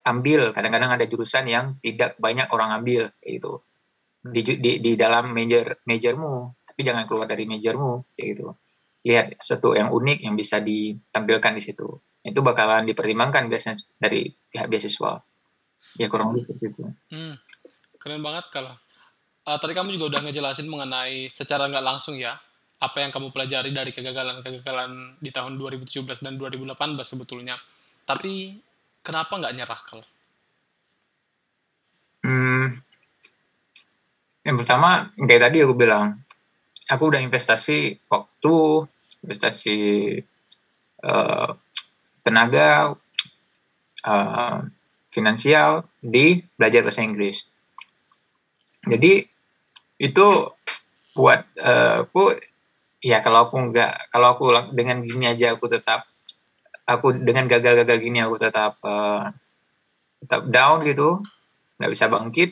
ambil. Kadang-kadang ada jurusan yang tidak banyak orang ambil, kayak gitu. Di dalam majormu, tapi jangan keluar dari majormu, kayak gitu. Lihat sesuatu yang unik yang bisa ditampilkan di situ. Itu bakalan dipertimbangkan biasanya dari pihak beasiswa. Ya kurang lebih seperti itu. Hmm, keren banget kalau. Tadi kamu juga udah ngejelasin mengenai secara nggak langsung ya, apa yang kamu pelajari dari kegagalan-kegagalan di tahun 2017 dan 2018 sebetulnya. Tapi kenapa nggak nyerah kalau? Hmm, yang pertama, kayak tadi aku bilang, aku udah investasi waktu, investasi uh, tenaga, uh, finansial di belajar bahasa Inggris. Jadi itu buat aku, ya kalau aku dengan gini aja aku dengan gagal-gagal gini aku tetap down gitu, nggak bisa bangkit.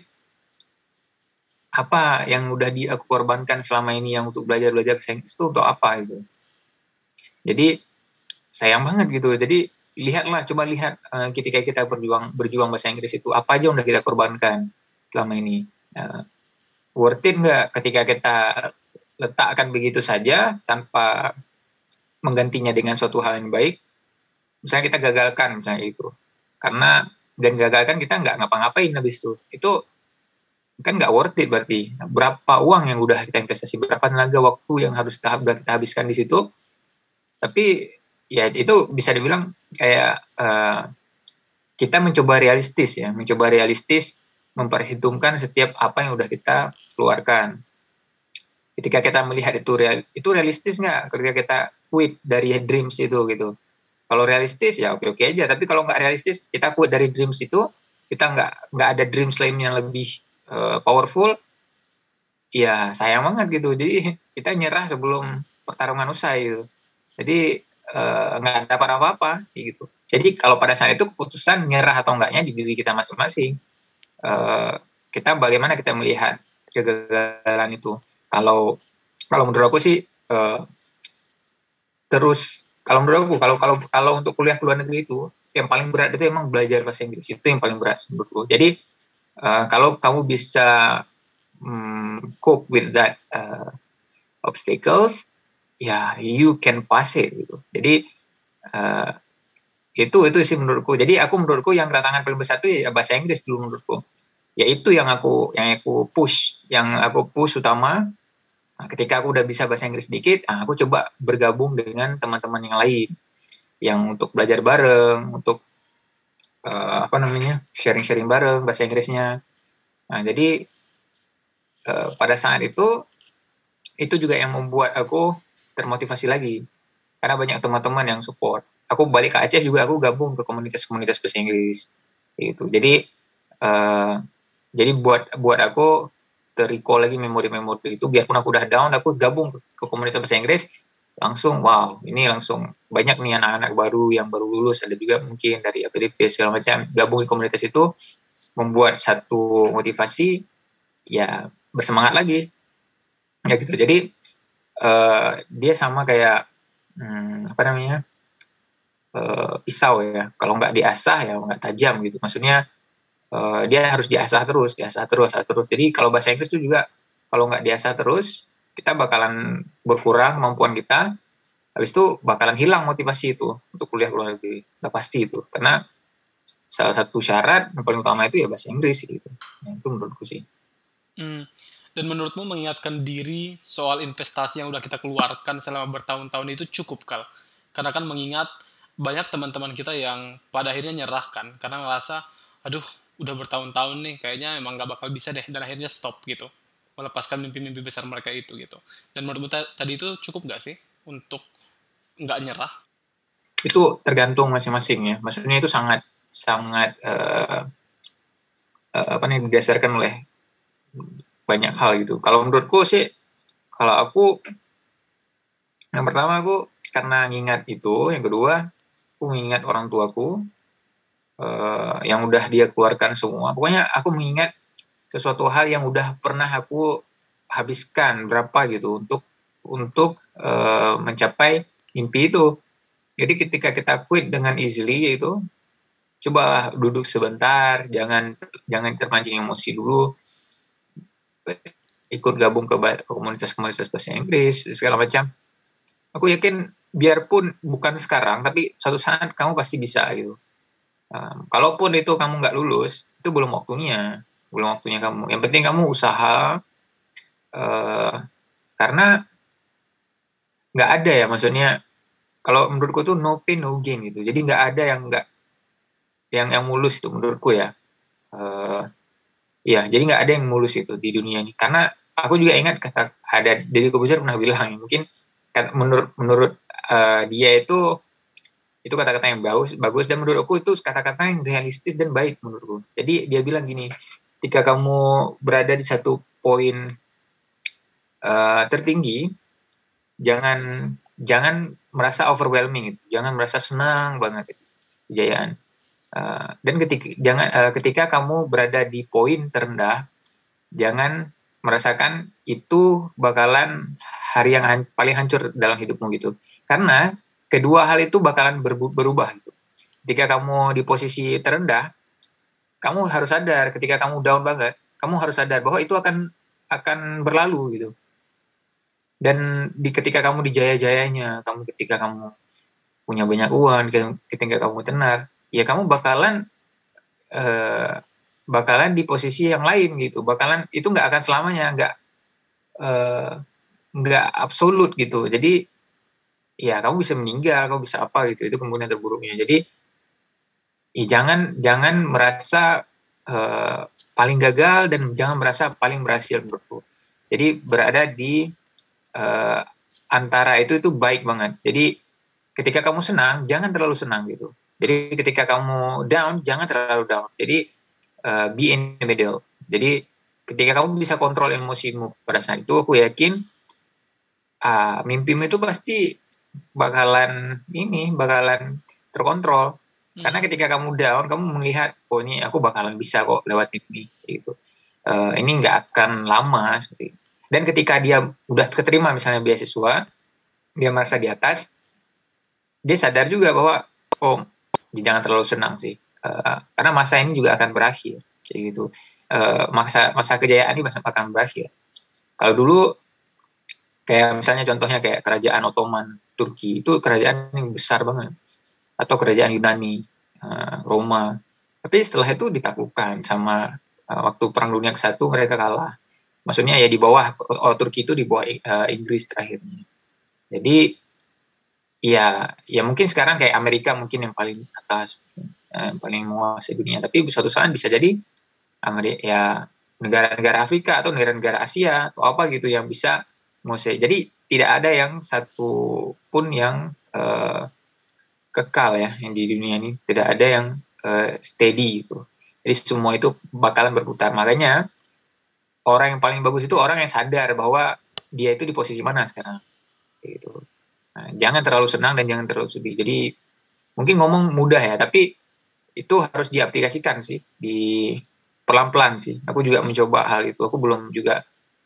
Apa yang udah aku korbankan selama ini yang untuk belajar bahasa Inggris itu untuk apa gitu. Jadi sayang banget gitu. Jadi coba lihat ketika kita berjuang bahasa Inggris itu apa aja yang udah kita korbankan selama ini. Uh, Worth it nggak ketika kita letakkan begitu saja tanpa menggantinya dengan suatu hal yang baik? Misalnya kita gagalkan misalnya itu, karena dan gagalkan kita nggak ngapa-ngapain habis itu kan nggak worth it berarti. Berapa uang yang udah kita investasi, berapa tenaga waktu yang harus kita habiskan di situ, tapi ya itu bisa dibilang kayak kita mencoba realistis memperhitungkan setiap apa yang udah kita keluarkan. Ketika kita melihat itu realistis nggak ketika kita quit dari dreams itu gitu. Kalau realistis ya oke oke aja, tapi kalau nggak realistis kita quit dari dreams itu, kita nggak ada dreams lain yang lebih powerful, ya sayang banget gitu. Jadi kita nyerah sebelum pertarungan usai gitu. Jadi nggak dapat apa-apa gitu. Jadi kalau pada saat itu keputusan nyerah atau enggaknya di diri kita masing-masing. Eh, kita bagaimana kita melihat kegagalan itu. Kalau kalau menurut aku sih terus kalau menurut aku kalau untuk kuliah ke luar negeri itu yang paling berat itu emang belajar bahasa Inggris itu yang paling berat menurutku. Jadi kalau kamu bisa cope with that obstacles, ya you can pass it gitu. Jadi uh, itu sih menurutku. Jadi menurutku yang tantangan paling besar itu ya bahasa Inggris dulu menurutku. Ya itu yang aku push utama. Nah, ketika aku udah bisa bahasa Inggris sedikit, nah, aku coba bergabung dengan teman-teman yang lain yang untuk belajar bareng, untuk apa namanya sharing-sharing bareng bahasa Inggrisnya. Nah, jadi pada saat itu juga yang membuat aku termotivasi lagi karena banyak teman-teman yang support. Aku balik ke Aceh juga aku gabung ke komunitas-komunitas bahasa Inggris gitu. Uh, jadi buat buat aku terrecall lagi memori-memori itu, biarpun aku udah down aku gabung ke komunitas bahasa Inggris, langsung wow ini langsung banyak nih anak-anak baru yang baru lulus, ada juga mungkin dari APDP segala macam gabung di komunitas itu, membuat satu motivasi ya bersemangat lagi ya gitu. Jadi dia sama kayak apa namanya pisau ya, kalau nggak diasah ya nggak tajam gitu, maksudnya dia harus diasah terus. Jadi kalau bahasa Inggris itu juga kalau nggak diasah terus, kita bakalan berkurang kemampuan kita. Habis itu bakalan hilang motivasi itu untuk kuliah luar negeri. Udah pasti itu. Karena salah satu syarat yang paling utama itu ya bahasa Inggris gitu. Ya, itu menurutku sih. Hmm. Dan menurutmu mengingatkan diri soal investasi yang udah kita keluarkan selama bertahun-tahun itu cukup, Kal? Karena kan mengingat banyak teman-teman kita yang pada akhirnya nyerah kan, karena ngerasa, aduh, udah bertahun-tahun nih, kayaknya emang nggak bakal bisa deh, dan akhirnya stop gitu. Melepaskan mimpi-mimpi besar mereka itu gitu. Dan menurutmu tadi itu cukup nggak sih untuk nggak nyerah? Itu tergantung masing-masing ya. Maksudnya itu sangat sangat apa nih didasarkan oleh banyak hal gitu. Kalau menurutku sih, kalau aku yang pertama aku karena ngingat itu, yang kedua aku mengingat orang tuaku yang udah dia keluarkan semua. Pokoknya aku mengingat sesuatu hal yang udah pernah aku habiskan berapa gitu untuk mencapai mimpi itu. Jadi ketika kita quit dengan easily itu, cobalah duduk sebentar, jangan jangan terpancing emosi dulu, ikut gabung ke komunitas-komunitas bahasa Inggris segala macam. Aku yakin biarpun bukan sekarang, tapi suatu saat kamu pasti bisa gitu. Kalaupun itu kamu nggak lulus, itu belum waktunya kamu. Yang penting kamu usaha, uh, karena nggak ada ya, maksudnya kalau menurutku tuh no pain no gain gitu. Jadi nggak ada yang nggak yang mulus itu menurutku ya. Uh, ya, jadi nggak ada yang mulus itu di dunia ini. Karena aku juga ingat kata ada Deddy Corbuzier pernah bilang, ya, mungkin menurut menurut dia itu kata-kata yang bagus bagus dan menurutku itu kata-kata yang realistis dan baik menurutku. Jadi dia bilang gini, ketika kamu berada di satu poin tertinggi, jangan jangan merasa overwhelming gitu. Jangan merasa senang banget gitu, kejayaan. Dan ketika kamu berada di poin terendah, jangan merasakan itu bakalan hari yang paling hancur dalam hidupmu gitu. Karena kedua hal itu bakalan berubah gitu. Ketika kamu di posisi terendah, kamu harus sadar ketika kamu down banget, kamu harus sadar bahwa itu akan berlalu gitu. Dan ketika kamu di jaya-jayanya, ketika kamu punya banyak uang, ketika kamu tenar, ya kamu eh, bakalan di posisi yang lain gitu. Bakalan itu nggak akan selamanya, eh, nggak absolut gitu. Jadi ya kamu bisa meninggal, kamu bisa apa gitu. Itu kemungkinan terburuknya. Jadi ya jangan jangan merasa eh, paling gagal dan jangan merasa paling berhasil menurutku. Jadi berada di eh, antara itu baik banget. Jadi ketika kamu senang, jangan terlalu senang gitu. Jadi ketika kamu down, jangan terlalu down. Jadi be in the middle. Jadi ketika kamu bisa kontrol emosimu pada saat itu, aku yakin mimpimu itu pasti bakalan terkontrol. Karena ketika kamu down, kamu melihat, oh ini aku bakalan bisa kok lewat ini, gitu. Ini nggak akan lama seperti itu. Dan ketika dia udah keterima misalnya beasiswa, dia merasa di atas, dia sadar juga bahwa oh jangan terlalu senang sih, karena masa ini juga akan berakhir, kayak gitu. Masa kejayaan ini akan berakhir. Kalau dulu kayak misalnya contohnya kayak kerajaan Ottoman Turki, itu kerajaan yang besar banget, atau kerajaan Yunani, Roma, tapi setelah itu ditaklukkan sama waktu Perang Dunia ke-1 mereka kalah. Maksudnya ya di bawah Turki itu di bawah Inggris terakhirnya. Jadi ya mungkin sekarang kayak Amerika mungkin yang paling atas, yang paling menguasai dunia. Tapi suatu saat bisa jadi Amerika ya negara-negara Afrika atau negara-negara Asia atau apa gitu yang bisa menguasai. Jadi tidak ada yang satu pun yang kekal ya yang di dunia ini. Tidak ada yang steady gitu. Jadi semua itu bakalan berputar. Makanya orang yang paling bagus itu orang yang sadar bahwa dia itu di posisi mana sekarang. Gitu. Nah, jangan terlalu senang dan jangan terlalu sedih. Jadi mungkin ngomong mudah ya, tapi itu harus diaplikasikan sih di pelan-pelan sih. Aku juga mencoba hal itu. Aku belum juga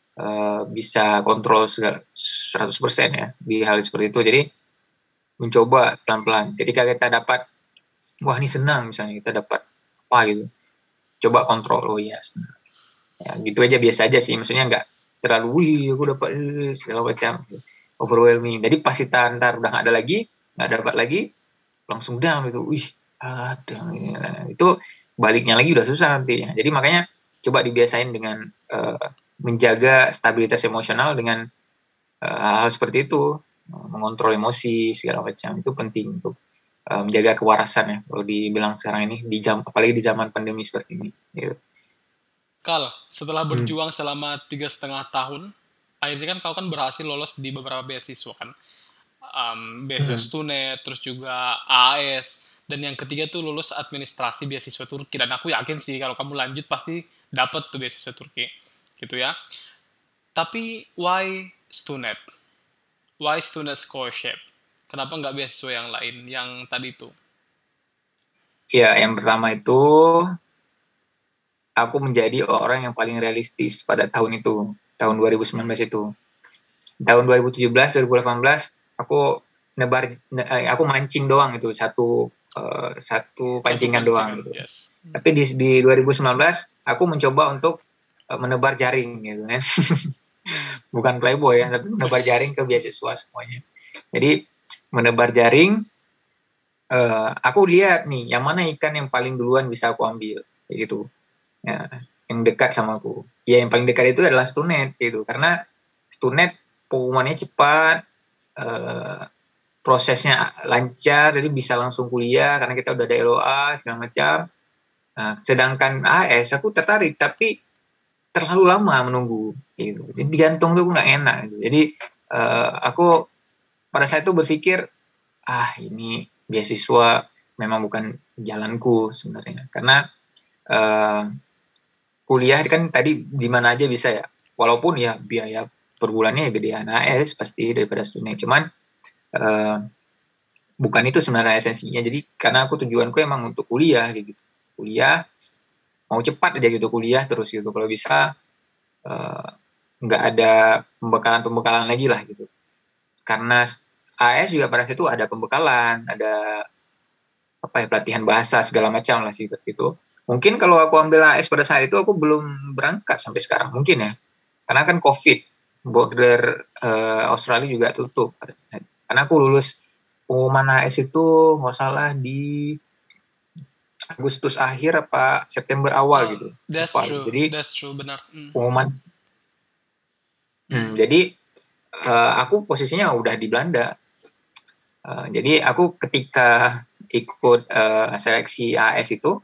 bisa kontrol 100% ya di hal seperti itu. Jadi mencoba pelan-pelan. Ketika kita dapat, wah ini senang misalnya kita dapat apa gitu, coba kontrol. Oh iya senang. Ya gitu aja, biasa aja sih. Maksudnya nggak terlalu, wih aku dapat segala macam, overwhelming. Jadi pas kita ntar udah nggak ada lagi, nggak dapat lagi, langsung down gitu. Wih, ada itu baliknya lagi udah susah nantinya. Jadi makanya coba dibiasain dengan menjaga stabilitas emosional dengan hal-hal seperti itu, mengontrol emosi segala macam itu penting untuk menjaga kewarasan ya. Kalau dibilang sekarang ini apalagi di zaman pandemi seperti ini. Gitu. Kal, setelah berjuang selama 3,5 tahun, akhirnya kan kau kan berhasil lolos di beberapa beasiswa kan. Beasiswa Stunet, terus juga AAS, dan yang ketiga tuh lulus administrasi beasiswa Turki. Dan aku yakin sih kalau kamu lanjut pasti dapat tuh beasiswa Turki, gitu ya. Tapi why Stunet? Why Stunet Scholarship? Kenapa nggak beasiswa yang lain, yang tadi itu? Ya, yang pertama itu aku menjadi orang yang paling realistis pada tahun itu, tahun 2019 itu. Tahun 2017, 2018 aku aku mancing doang itu satu Satu pancingan doang pancingan, gitu. yes. Tapi di 2019 aku mencoba untuk menebar jaring gitu kan. Bukan playboy ya, tapi menebar jaring ke beasiswa semuanya. Jadi menebar jaring, aku lihat nih yang mana ikan yang paling duluan bisa aku ambil, kayak gitu. Ya, yang dekat sama aku. Ya yang paling dekat itu adalah Stunet gitu, karena Stunet pengumumannya cepat, eh, prosesnya lancar, jadi bisa langsung kuliah karena kita udah ada LOA segala macam. Nah, sedangkan AS aku tertarik tapi terlalu lama menunggu gitu. Jadi digantung tuh nggak enak gitu. Jadi aku pada saat itu berpikir ini beasiswa memang bukan jalanku sebenarnya karena uh, kuliah kan tadi di mana aja bisa ya, walaupun ya biaya per bulannya ya gedean AS pasti daripada student, cuman uh, bukan itu sebenarnya esensinya. Jadi karena aku tujuanku emang untuk kuliah gitu, kuliah mau cepat aja gitu, kuliah terus gitu, kalau bisa uh, nggak ada pembekalan lagi lah gitu, karena AS juga pada saat itu ada pembekalan, ada apa ya, pelatihan bahasa segala macam lah sih itu. Mungkin kalau aku ambil AS pada saat itu aku belum berangkat sampai sekarang mungkin ya. Karena kan COVID, border Australia juga tutup. Karena aku lulus pengumuman AS itu nggak salah di Agustus akhir apa September awal gitu. That's Lupa. true, Jadi that's true, benar. pengumuman. Jadi aku posisinya udah di Belanda. Jadi aku ketika ikut seleksi AS itu,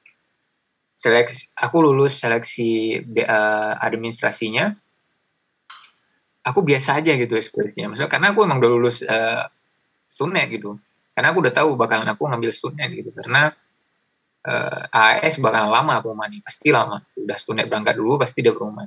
aku lulus seleksi administrasinya, aku biasa aja gitu ekspresinya. Maksudnya karena aku emang udah lulus Stunet gitu. Karena aku udah tahu bakalan aku ngambil Stunet gitu. Karena AS bakalan lama pengumuman, pasti lama. Udah Stunet berangkat dulu pasti dia pengumuman.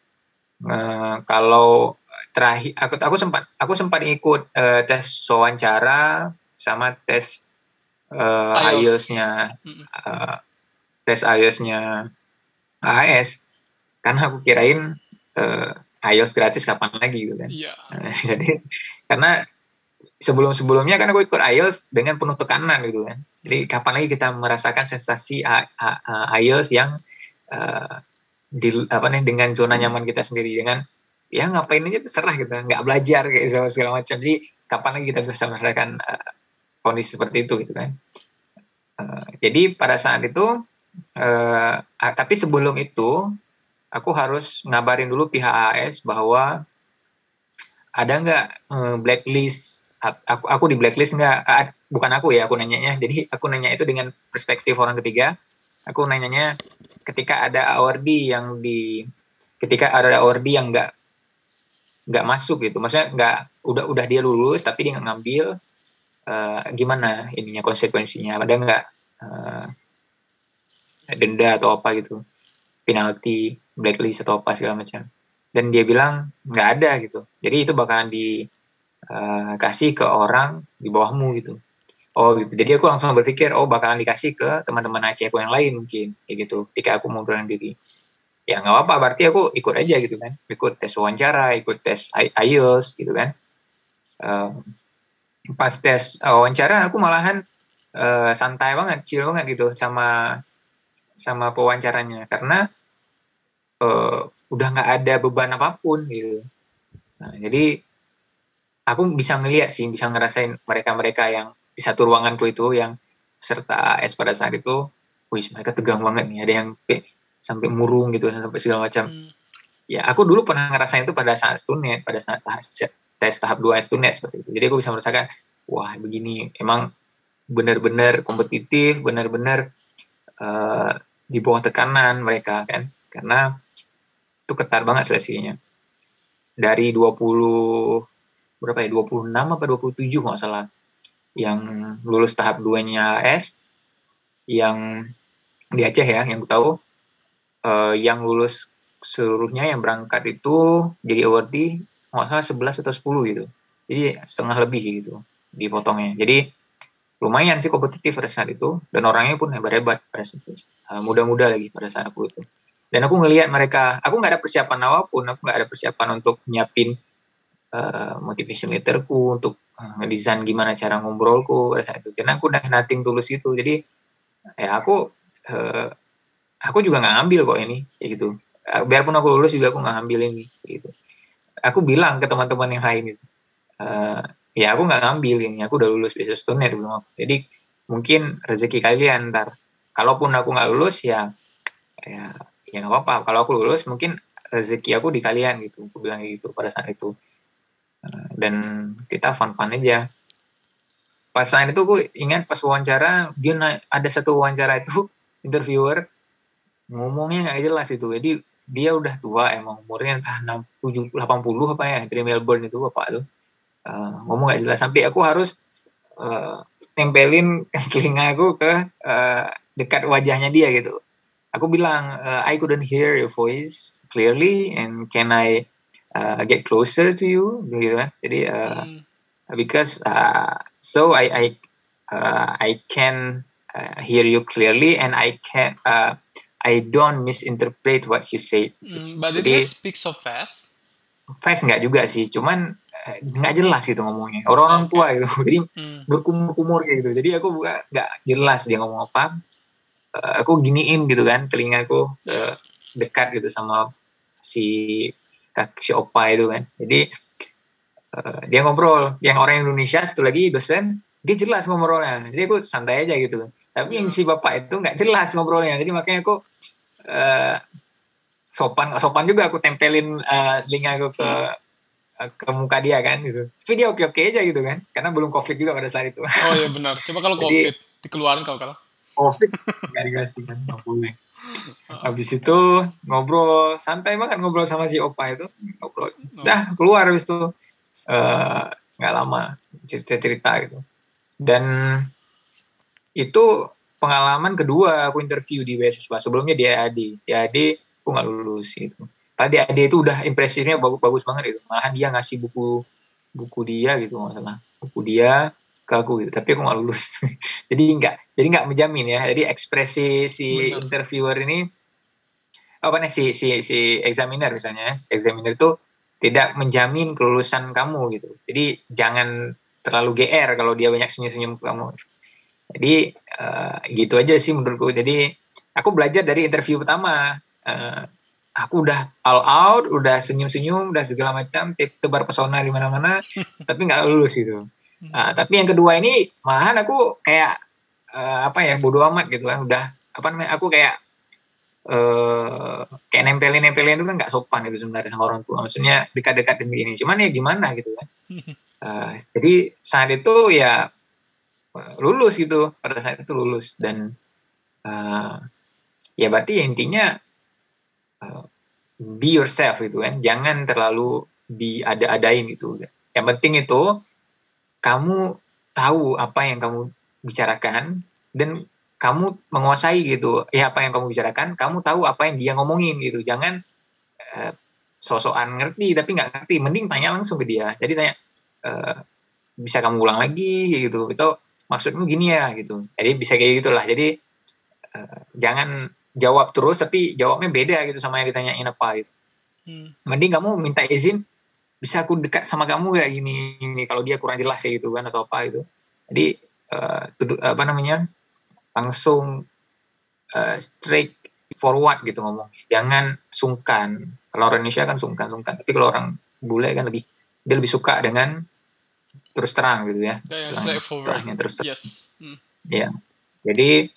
Kalau terakhir aku sempat ikut tes wawancara sama tes IELTS-nya tes IELTS-nya AS, karena aku kirain IELTS gratis kapan lagi gitu kan. Yeah. Jadi karena sebelum-sebelumnya kan aku ikut IELTS dengan penuh tekanan gitu kan. Jadi kapan lagi kita merasakan sensasi IELTS yang dengan zona nyaman kita sendiri, dengan ya ngapain aja terserah gitu, nggak belajar kayak segala macam. Jadi kapan lagi kita bisa merasakan kondisi seperti itu gitu kan. Jadi pada saat itu tapi sebelum itu aku harus ngabarin dulu pihak AS bahwa ada nggak blacklist. Aku di blacklist nggak? Bukan aku ya, aku nanyanya. Jadi aku nanya itu dengan perspektif orang ketiga. Aku nanyanya ketika ada awardee yang nggak masuk gitu, maksudnya nggak, udah dia lulus tapi dia nggak ngambil, gimana ininya, konsekuensinya, ada nggak denda atau apa gitu, penalti, blacklist atau apa segala macam. Dan dia bilang nggak ada gitu, jadi itu bakalan dikasih ke orang di bawahmu gitu. Oh gitu. Jadi aku langsung berpikir, bakalan dikasih ke teman-teman Aceh aku yang lain mungkin kayak gitu ketika aku munduran diri. Ya nggak apa-apa, berarti aku ikut aja gitu kan, ikut tes wawancara, ikut tes IELTS gitu kan. Pas tes wawancara aku malahan santai banget, chill banget gitu sama pewawancaranya, karena udah nggak ada beban apapun gitu. Nah, jadi aku bisa ngerasain mereka-mereka yang di satu ruanganku itu, yang peserta AS pada saat itu, mereka tegang banget nih, ada yang sampai murung gitu, sampai segala macam. Ya aku dulu pernah ngerasain itu pada saat Stunet, pada saat tes tahap 2 Stunet seperti itu. Jadi aku bisa merasakan, wah begini, emang benar-benar kompetitif, benar-benar di bawah tekanan mereka kan, karena itu ketat banget seleksinya. Dari 26 apa 27 nggak salah yang lulus tahap 2-nya AS, yang di Aceh ya, yang aku tahu, yang lulus seluruhnya yang berangkat itu jadi awardee nggak salah 11 atau 10 gitu, jadi setengah lebih gitu dipotongnya. Jadi lumayan sih kompetitif pada saat itu, dan orangnya pun hebat-hebat pada saat itu, muda-muda lagi pada saat aku itu. Dan aku ngelihat mereka, aku nggak ada persiapan apapun, aku nggak ada persiapan untuk nyiapin motivation letterku, untuk ngedesain gimana cara ngobrolku pada saat itu. Karena aku udah nothing tulus gitu. Jadi ya aku juga nggak ngambil kok ini kayak gitu. Biarpun aku lulus juga aku nggak ngambil ini gitu. Aku bilang ke teman-teman yang lain gitu. Eh, ya aku nggak ngambil ini, aku udah lulus business student belum aku. Jadi mungkin rezeki kalian ntar. Kalaupun aku nggak lulus ya ya nggak apa-apa. Kalau aku lulus mungkin rezeki aku di kalian gitu. Aku bilang gitu pada saat itu. Dan kita fun-fun aja. Pas saat itu aku ingat pas wawancara ada satu wawancara itu interviewer ngomongnya nggak jelas itu. Jadi dia udah tua emang umurnya entah 80 apa ya dari Melbourne itu bapak tuh. Ngomong nggak jelas sampai aku harus uh, tempelin telinga aku ke dekat wajahnya dia gitu. Aku bilang, I couldn't hear your voice clearly, and can I get closer to you, gitu kan? Jadi because so I can hear you clearly, and I don't misinterpret what you say. But did he Jadi speak so fast? fast nggak juga sih, cuman nggak jelas gitu ngomongnya. Orang-orang Oke. tua gitu, jadi Hmm. berkumur-kumur kayak gitu. Jadi aku nggak jelas dia ngomong apa. Aku giniin gitu kan telingaku Yeah. dekat gitu sama si si opa itu kan. Jadi dia ngobrol. Yang orang Indonesia satu lagi dosen, dia jelas ngobrolnya. Jadi aku santai aja gitu. Tapi yang Yeah. si bapak itu nggak jelas ngobrolnya. Jadi makanya aku uh, sopan juga aku tempelin telingaku ke muka dia kan gitu. Tapi dia oke-oke aja gitu kan. Karena belum COVID juga pada saat itu. Oh iya benar. Coba kalau Jadi COVID dikeluarin kalau. COVID nggak dikasih kan, nggak boleh. Habis itu ngobrol santai banget ngobrol sama si opa itu ngobrol. Oh. Dah keluar habis itu nggak lama cerita gitu. Dan itu pengalaman kedua aku interview di beasiswa. Sebelumnya di AAD. Di AAD aku nggak lulus gitu. Tadi AAD itu udah impresinya bagus banget itu. Malahan dia ngasih buku dia gitu nggak salah. Buku dia ke aku gitu. Tapi aku nggak lulus. jadi nggak menjamin ya. Jadi ekspresi si Benar. interviewer ini apa nih si examiner misalnya, examiner itu tidak menjamin kelulusan kamu gitu. Jadi jangan terlalu GR kalau dia banyak senyum-senyum ke kamu. Jadi gitu aja sih menurutku. Jadi aku belajar dari interview pertama. Aku udah all out, udah senyum-senyum, udah segala macam, tebar pesona di mana-mana, tapi nggak lulus gitu. Tapi yang kedua ini malahan aku kayak apa ya bodo amat gitu kan. Udah apa namanya? Aku kayak nempelin itu kan nggak sopan gitu sebenarnya sama orang tua. Maksudnya dekat-dekatin begini. Cuman ya gimana gitu kan. Jadi saat itu ya lulus gitu. Pada saat itu lulus dan ya berarti ya intinya be yourself gitu kan. Jangan terlalu diada-adain gitu. Yang penting itu kamu tahu apa yang kamu bicarakan dan kamu menguasai gitu ya apa yang kamu bicarakan, kamu tahu apa yang dia ngomongin gitu. Jangan uh, sosokan ngerti tapi nggak ngerti, mending tanya langsung ke dia. Jadi tanya uh, bisa kamu ulang lagi gitu, itu maksudmu gini ya gitu. Jadi bisa kayak gitulah. Jadi jangan jawab terus tapi jawabnya beda gitu sama yang ditanyain apa gitu. Mending kamu minta izin, bisa aku dekat sama kamu kayak gini kalau dia kurang jelas ya gitu kan atau apa gitu. Jadi apa namanya langsung straight forward gitu ngomong, jangan sungkan. Kalau orang Indonesia kan sungkan, tapi kalau orang bule kan dia lebih suka dengan terus terang gitu ya, Yeah, straightforward. istilahnya terus terang. Yes. Ya, jadi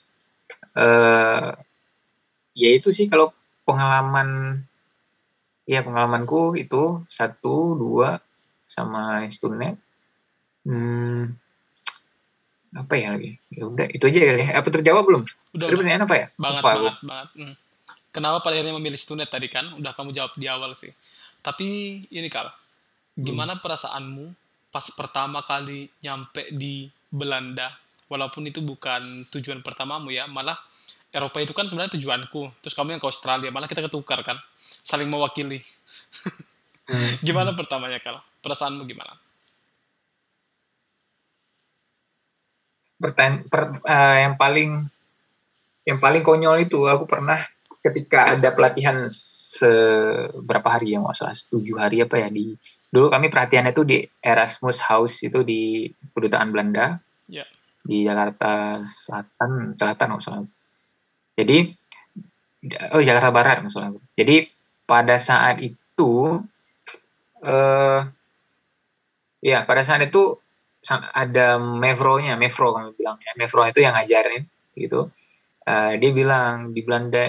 ya itu sih kalau pengalamanku itu 1, 2 sama Stunet. Apa ya lagi? Ya udah itu aja ya. Apa terjawab belum? Udah. Pertanyaan apa ya? Banget. Lupa aku. Kenapa pada akhirnya memilih Stunet tadi kan? Udah kamu jawab di awal sih. Tapi ini Kal, gimana perasaanmu pas pertama kali nyampe di Belanda? Walaupun itu bukan tujuan pertamamu ya, malah Eropa itu kan sebenarnya tujuanku. Terus kamu yang ke Australia, malah kita ketukar kan? Saling mewakili. Gimana pertamanya Kal? Perasaanmu gimana? Yang paling konyol itu aku pernah ketika ada pelatihan seberapa hari ya, nggak salah 7 hari apa ya, dulu kami perhatiannya itu di Erasmus House itu di Kedutaan Belanda Ya. di Jakarta Selatan nggak salah. Jadi Jakarta Barat nggak salah. Jadi pada saat itu pada saat itu ada Mevro kami bilang ya, Mevro itu yang ngajarin gitu. Dia bilang di Belanda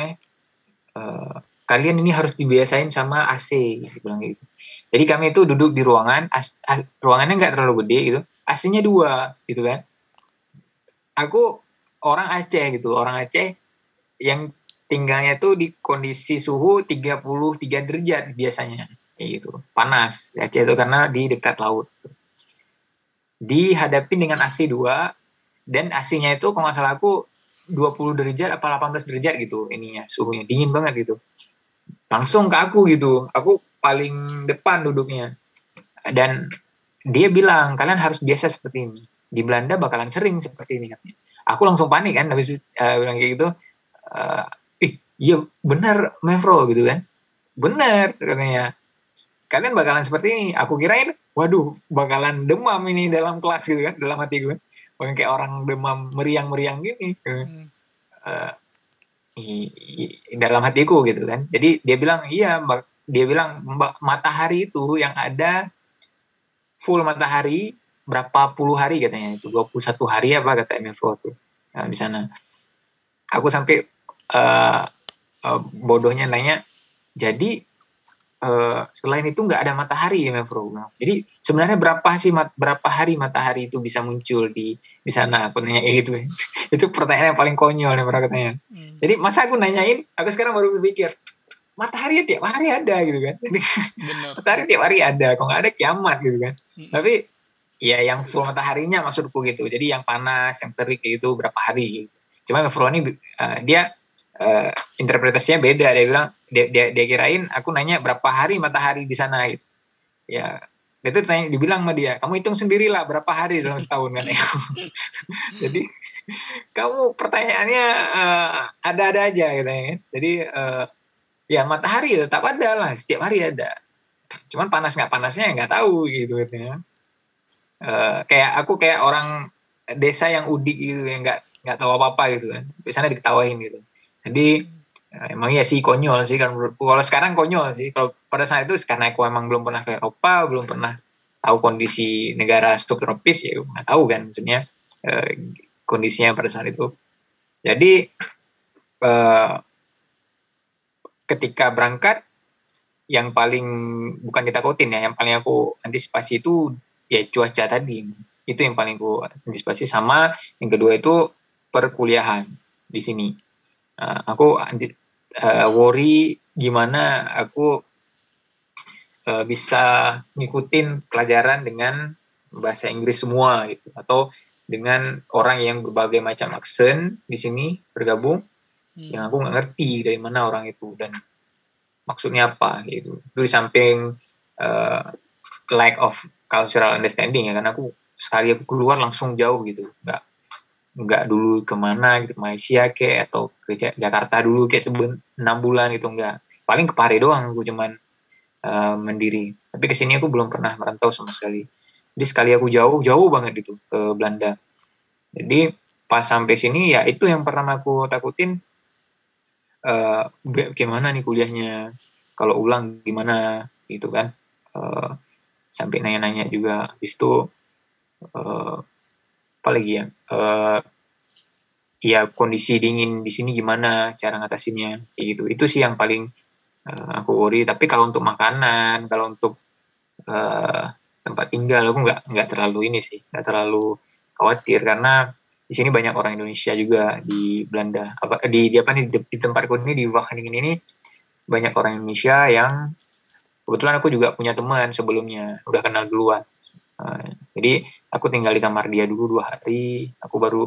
kalian ini harus dibiasain sama AC gitu, bilang gitu. Jadi kami itu duduk di ruangan, ruangannya nggak terlalu gede gitu, AC-nya 2 gitu kan. Aku orang Aceh yang tinggalnya tuh di kondisi suhu 33 derajat biasanya kayak gitu, panas di Aceh itu karena di dekat laut. Dihadapin dengan AC 2 dan AC-nya itu kalau nggak salah aku 20 derajat apa 18 derajat gitu ininya, suhunya dingin banget gitu. Langsung ke aku gitu, aku paling depan duduknya. Dan dia bilang, kalian harus biasa seperti ini. Di Belanda bakalan sering seperti ini katanya. Aku langsung panik kan, habis bilang kayak gitu. Iya benar Mevro gitu kan. Benar katanya. Kalian bakalan seperti ini. Aku kirain, waduh, bakalan demam ini dalam kelas gitu kan, dalam hati gue. Bukan kayak orang demam meriang-meriang gini. Dalam hatiku gitu kan. Jadi dia bilang, dia bilang matahari itu yang ada full matahari berapa puluh hari katanya, itu 21 hari apa kata Mevro tuh di sana. Aku sampai bodohnya nanya, jadi selain itu nggak ada matahari ya Mevro. Jadi sebenarnya berapa hari matahari itu bisa muncul di sana? Aku nanya gitu. Itu pertanyaan yang paling konyol yang pernah aku tanya. Jadi masa aku nanyain, aku sekarang baru berpikir, matahari tiap hari ada gitu kan. Matahari tiap hari ada, kalau nggak ada kiamat gitu kan. Tapi ya yang full mataharinya maksudku gitu. Jadi yang panas, yang terik gitu berapa hari gitu. Cuma Mevro ini dia interpretasinya beda. Dia bilang dia kirain aku nanya berapa hari matahari di sana gitu. Ya, itu dibilang sama dia, kamu hitung sendirilah berapa hari dalam setahun kan. Jadi kamu pertanyaannya ada-ada aja gitu ya. Jadi ya matahari tetap ada lah, setiap hari ada. Cuman panas nggak panasnya nggak tahu gitu ya. Kayak orang desa yang udik gitu, yang nggak tahu apa-apa gitu kan. Biasanya diketawain gitu. Jadi emang ya sih konyol sih kan menurutku. Kalau sekarang konyol sih. Kalau pada saat itu karena aku emang belum pernah ke Eropa, belum pernah tahu kondisi negara subtropis, ya nggak tahu kan maksudnya kondisinya pada saat itu. Jadi ketika berangkat yang paling bukan ditakutin ya, yang paling aku antisipasi itu ya cuaca tadi. Itu yang paling aku antisipasi. Sama yang kedua itu perkuliahan di sini. Aku worry gimana aku bisa ngikutin pelajaran dengan bahasa Inggris semua gitu, atau dengan orang yang berbagai macam aksen di sini bergabung yang aku nggak ngerti dari mana orang itu dan maksudnya apa gitu. Itu di samping lack of cultural understanding ya, karena sekali aku keluar langsung jauh gitu, nggak dulu kemana gitu, Malaysia kayak atau ke Jakarta dulu kayak 6 bulan gitu, nggak, paling ke Pare doang aku cuman mendiri. Tapi kesini aku belum pernah merantau sama sekali. Jadi sekali aku jauh banget gitu ke Belanda. Jadi pas sampai sini ya itu yang pertama aku takutin, gimana nih kuliahnya, kalau ulang gimana gitu kan. Sampai nanya-nanya juga. Habis itu apalagi ya, ya kondisi dingin di sini gimana cara ngatasinnya kayak gitu. Itu sih yang paling aku worry. Tapi kalau untuk makanan, kalau untuk tempat tinggal, aku nggak terlalu ini sih, nggak terlalu khawatir karena di sini banyak orang Indonesia juga di Belanda. Di tempatku ini di Wageningen ini banyak orang Indonesia yang kebetulan aku juga punya teman sebelumnya, udah kenal duluan. Jadi aku tinggal di kamar dia dulu 2 hari, aku baru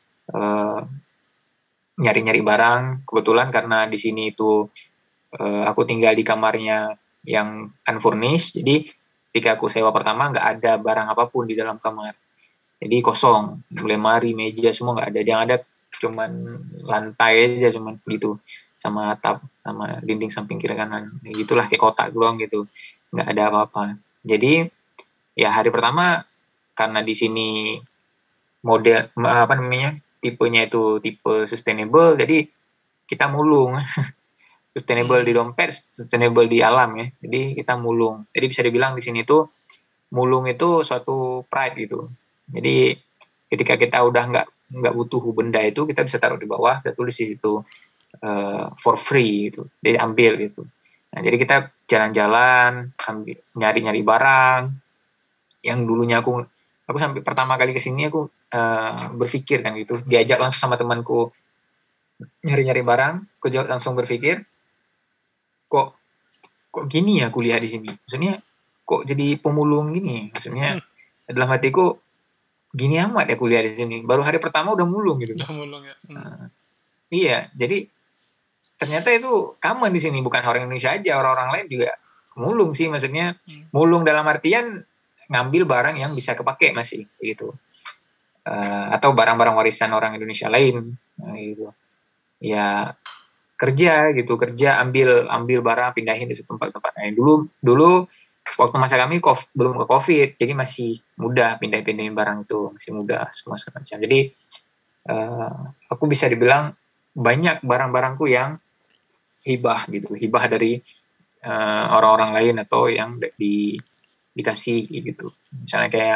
nyari-nyari barang. Kebetulan karena di sini itu aku tinggal di kamarnya yang unfurnished, jadi ketika aku sewa pertama nggak ada barang apapun di dalam kamar. Jadi kosong, lemari, meja semua nggak ada. Yang ada cuman lantai aja, cuman gitu, sama atap, sama dinding samping kiri kanan, ya gitulah, kayak kotak doang gitu, nggak ada apa-apa. Jadi ya hari pertama karena di sini model apa namanya, tipenya itu tipe sustainable, jadi kita mulung. Sustainable di dompet, sustainable di alam ya. Jadi kita mulung. Jadi bisa dibilang di sini tuh mulung itu suatu pride gitu. Jadi ketika kita udah nggak butuh benda itu, kita bisa taruh di bawah, kita tulis di situ for free gitu, jadi ambil gitu. Nah jadi kita jalan-jalan, nyari-nyari barang yang dulunya aku sampai pertama kali kesini aku berpikir kan gitu, diajak langsung sama temanku nyari-nyari barang, aku langsung berpikir kok kok gini ya kuliah di sini, maksudnya kok jadi pemulung gini, maksudnya dalam hatiku gini amat ya kuliah di sini, baru hari pertama udah mulung gitu. Udah mulung ya. Iya, jadi ternyata itu common di sini, bukan orang Indonesia aja, orang-orang lain juga mulung sih, maksudnya mulung dalam artian ngambil barang yang bisa kepake masih gitu, atau barang-barang warisan orang Indonesia lain, gitu ya, kerja gitu, kerja ambil barang pindahin di tempat-tempat lain. Dulu waktu masa kami belum ke COVID, jadi masih mudah pindahin barang itu, masih mudah semua macam. Jadi aku bisa dibilang banyak barang-barangku yang hibah gitu, hibah dari orang-orang lain atau yang dikasih gitu. Misalnya kayak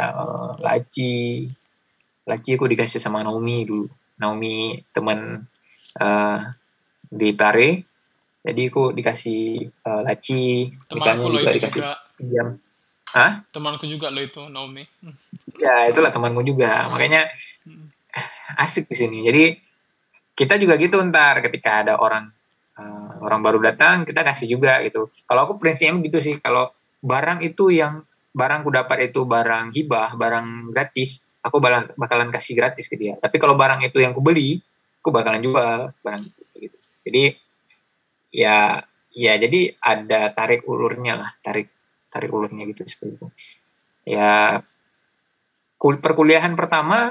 laci aku dikasih sama Naomi dulu. Naomi teman di Pare, jadi aku dikasih laci, misalnya Temanku loh juga itu dikasih juga. pinjam. Hah? Temanku juga loh itu, Naomi. Ya itulah temanmu juga, makanya asik di sini. Jadi kita juga gitu, ntar ketika ada orang baru datang kita kasih juga gitu. Kalau aku prinsipnya gitu sih, kalau barang itu yang barangku dapat itu barang hibah, barang gratis, aku bakalan kasih gratis ke dia. Tapi kalau barang itu yang aku beli, aku bakalan jual barang itu gitu. Jadi ya jadi ada tarik ulurnya lah, tarik ulurnya gitu seperti itu. Ya perkuliahan pertama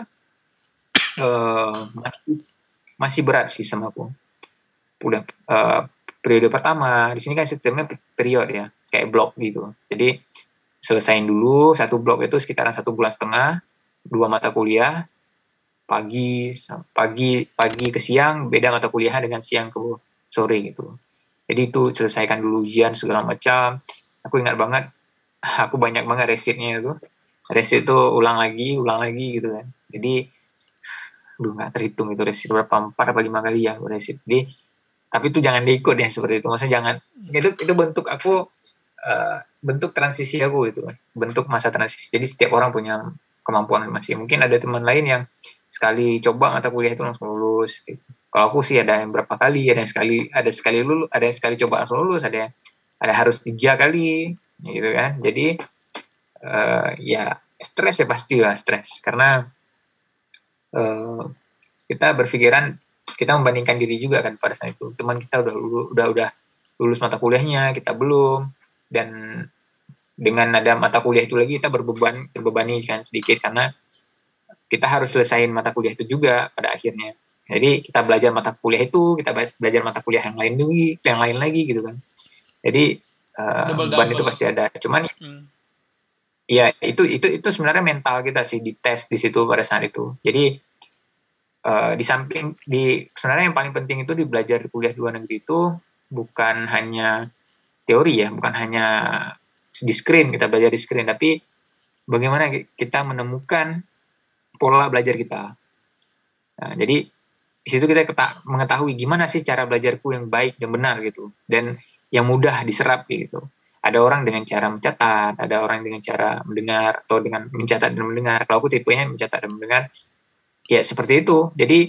masih berat sih sama aku. Udah periode pertama di sini kan sistemnya periode ya, kayak blok gitu. Jadi selesain dulu satu blok itu sekitaran 1,5 bulan, 2 mata kuliah, pagi pagi ke siang, beda mata kuliahnya dengan siang ke sore gitu. Jadi itu selesaikan dulu ujian segala macam. Aku ingat banget, aku banyak banget resitnya itu. Resit itu ulang lagi gitu kan. Jadi nggak terhitung itu resit berapa, 4 atau 5 kali ya resit. Jadi tapi itu jangan diikut ya seperti itu. Maksudnya jangan, itu bentuk aku bentuk transisi aku itu, bentuk masa transisi. Jadi setiap orang punya kemampuan masing. Mungkin ada teman lain yang sekali coba mata kuliah itu langsung lulus. Gitu. Kalau aku sih ada yang berapa kali, ada yang sekali lulus, ada yang sekali coba langsung lulus, ada harus 3 kali, gitu kan. Jadi ya stres ya, pastilah stres karena kita berpikiran, kita membandingkan diri juga kan pada saat itu. Teman kita udah lulus mata kuliahnya, kita belum, dan dengan ada mata kuliah itu lagi kita terbebani kan sedikit karena kita harus selesaiin mata kuliah itu juga pada akhirnya. Jadi kita belajar mata kuliah itu, kita belajar mata kuliah yang lain lagi gitu kan. Jadi beban itu pasti ada. Cuman ya itu sebenarnya mental kita sih dites di situ pada saat itu. Jadi di samping sebenarnya yang paling penting itu di belajar di kuliah luar negeri itu bukan hanya teori ya, bukan hanya di screen, kita belajar di screen, tapi bagaimana kita menemukan pola belajar kita. Nah, jadi di situ kita mengetahui gimana sih cara belajarku yang baik dan benar gitu, dan yang mudah diserap gitu. Ada orang dengan cara mencatat, ada orang dengan cara mendengar atau dengan mencatat dan mendengar. Kalau aku tipenya mencatat dan mendengar, ya seperti itu. Jadi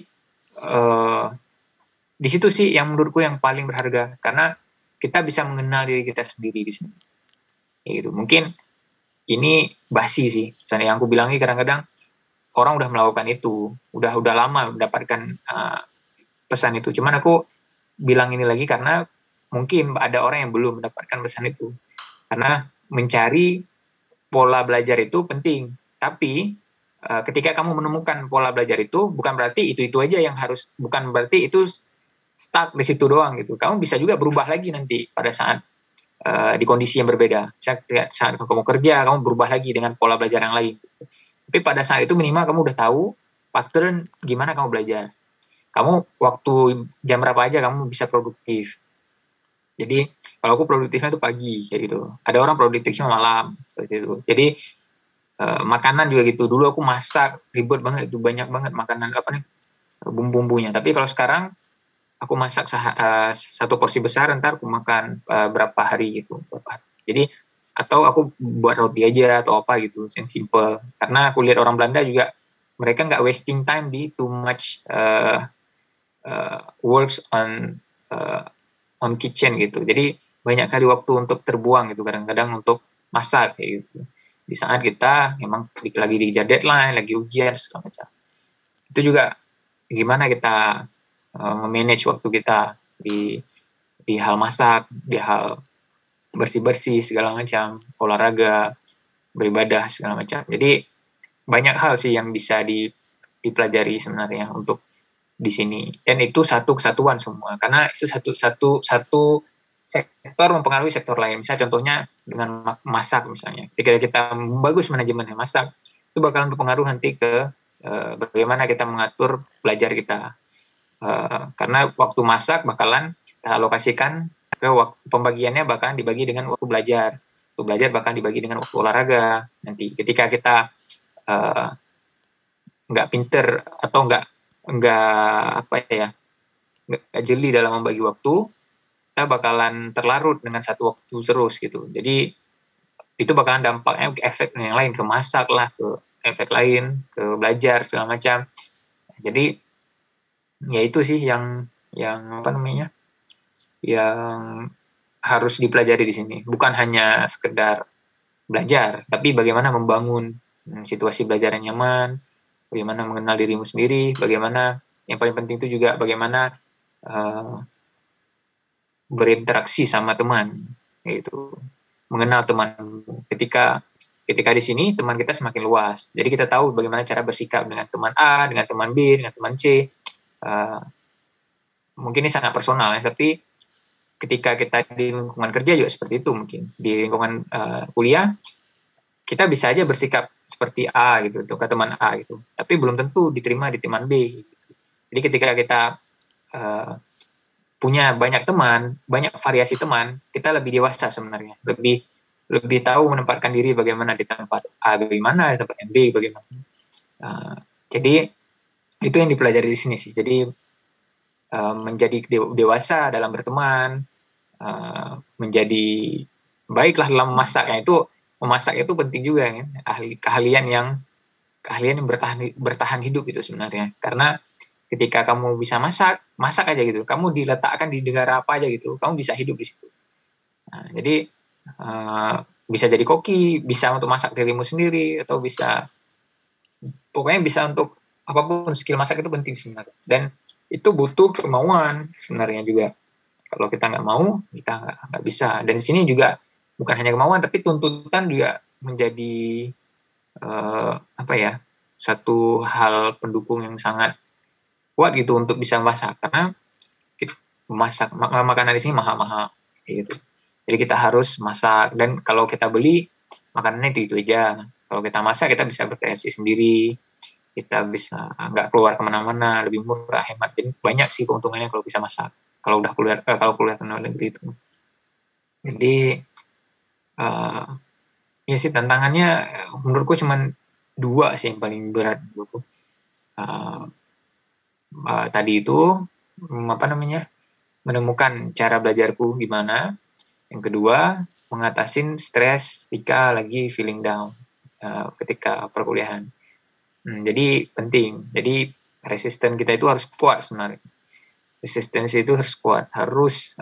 di situ sih yang menurutku yang paling berharga, karena kita bisa mengenal diri kita sendiri di sini. Ya gitu. Mungkin ini basi sih. Misalnya yang aku bilangi kadang-kadang orang udah melakukan itu, udah lama mendapatkan pesan itu. Cuman aku bilang ini lagi karena mungkin ada orang yang belum mendapatkan pesan itu. Karena mencari pola belajar itu penting, tapi ketika kamu menemukan pola belajar itu, bukan berarti itu aja yang harus, bukan berarti itu stuck di situ doang gitu. Kamu bisa juga berubah lagi nanti pada saat di kondisi yang berbeda. Saat kamu kerja, kamu berubah lagi dengan pola belajar yang lain. Tapi pada saat itu minimal kamu udah tahu pattern gimana kamu belajar. Kamu waktu jam berapa aja kamu bisa produktif. Jadi kalau aku produktifnya itu pagi kayak gitu. Ada orang produktifnya malam seperti itu. Jadi makanan juga gitu. Dulu aku masak ribet banget itu, banyak banget makanan apa nih bumbu-bumbunya. Tapi kalau sekarang aku masak satu porsi besar, ntar aku makan berapa hari gitu. Jadi atau aku buat roti aja atau apa gitu yang simple. Karena aku lihat orang Belanda juga mereka nggak wasting time di too much works on kitchen gitu. Jadi banyak kali waktu untuk terbuang gitu kadang-kadang untuk masak kayak gitu. Di saat kita memang lagi dikejar deadline, lagi ujian segala macam. Itu juga gimana kita manage waktu kita di hal masak, di hal bersih-bersih segala macam, olahraga, beribadah segala macam. Jadi banyak hal sih yang bisa dipelajari sebenarnya untuk di sini. Dan itu satu kesatuan semua. Karena itu satu sektor mempengaruhi sektor lain. Misalnya contohnya dengan masak misalnya. Ketika kita bagus manajemennya masak, itu bakalan berpengaruh nanti ke bagaimana kita mengatur belajar kita. Karena waktu masak bakalan kita alokasikan ke waktu pembagiannya bakalan dibagi dengan waktu belajar. Waktu belajar bakalan dibagi dengan waktu olahraga. Nanti ketika kita nggak pinter atau nggak apa ya, nggak jeli dalam membagi waktu, kita bakalan terlarut dengan satu waktu terus gitu. Jadi itu bakalan dampaknya ke efek yang lain, ke masak lah, ke efek lain, ke belajar segala macam. Jadi ya itu sih yang apa namanya, yang harus dipelajari di sini. Bukan hanya sekedar belajar, tapi bagaimana membangun situasi belajar yang nyaman, bagaimana mengenal dirimu sendiri, bagaimana yang paling penting itu juga bagaimana berinteraksi sama teman, yaitu mengenal teman. Ketika di sini teman kita semakin luas, jadi kita tahu bagaimana cara bersikap dengan teman A, dengan teman B, dengan teman C. Mungkin ini sangat personal ya, tapi ketika kita di lingkungan kerja juga seperti itu, mungkin di lingkungan kuliah kita bisa aja bersikap seperti A gitu untuk ke teman A gitu, tapi belum tentu diterima di teman B gitu. Jadi ketika kita punya banyak teman, banyak variasi teman, kita lebih dewasa sebenarnya, lebih tahu menempatkan diri bagaimana di tempat A, bagaimana di tempat B, bagaimana. Jadi itu yang dipelajari di sini sih. Jadi menjadi dewasa dalam berteman, menjadi baiklah dalam memasaknya itu. Memasak itu penting juga kan, keahlian yang bertahan hidup itu sebenarnya. Karena ketika kamu bisa masak aja gitu, kamu diletakkan di negara apa aja gitu, kamu bisa hidup di situ. Nah, jadi bisa jadi koki, bisa untuk masak dirimu sendiri, atau bisa pokoknya bisa untuk apapun. Skill masak itu penting sebenarnya, dan itu butuh kemauan sebenarnya juga. Kalau kita nggak mau, kita nggak bisa. Dan di sini juga bukan hanya kemauan, tapi tuntutan juga menjadi apa ya, satu hal pendukung yang sangat kuat gitu untuk bisa memasak. Karena memasak makanan di sini mahal-mahal gitu. Jadi kita harus masak, dan kalau kita beli makanannya itu aja. Kalau kita masak kita bisa berkreasi sendiri, kita bisa nggak keluar kemana-mana, lebih murah, hemat. Dan banyak sih keuntungannya kalau bisa masak. Kalau udah kuliah ke luar negeri itu. Jadi ya sih tantangannya menurutku cuma dua sih yang paling berat menurutku. Tadi itu apa namanya, menemukan cara belajarku gimana. Yang kedua, mengatasin stres ketika lagi feeling down ketika perkuliahan. Jadi penting. Jadi resisten kita itu harus kuat sebenarnya. Resistensi itu harus kuat, harus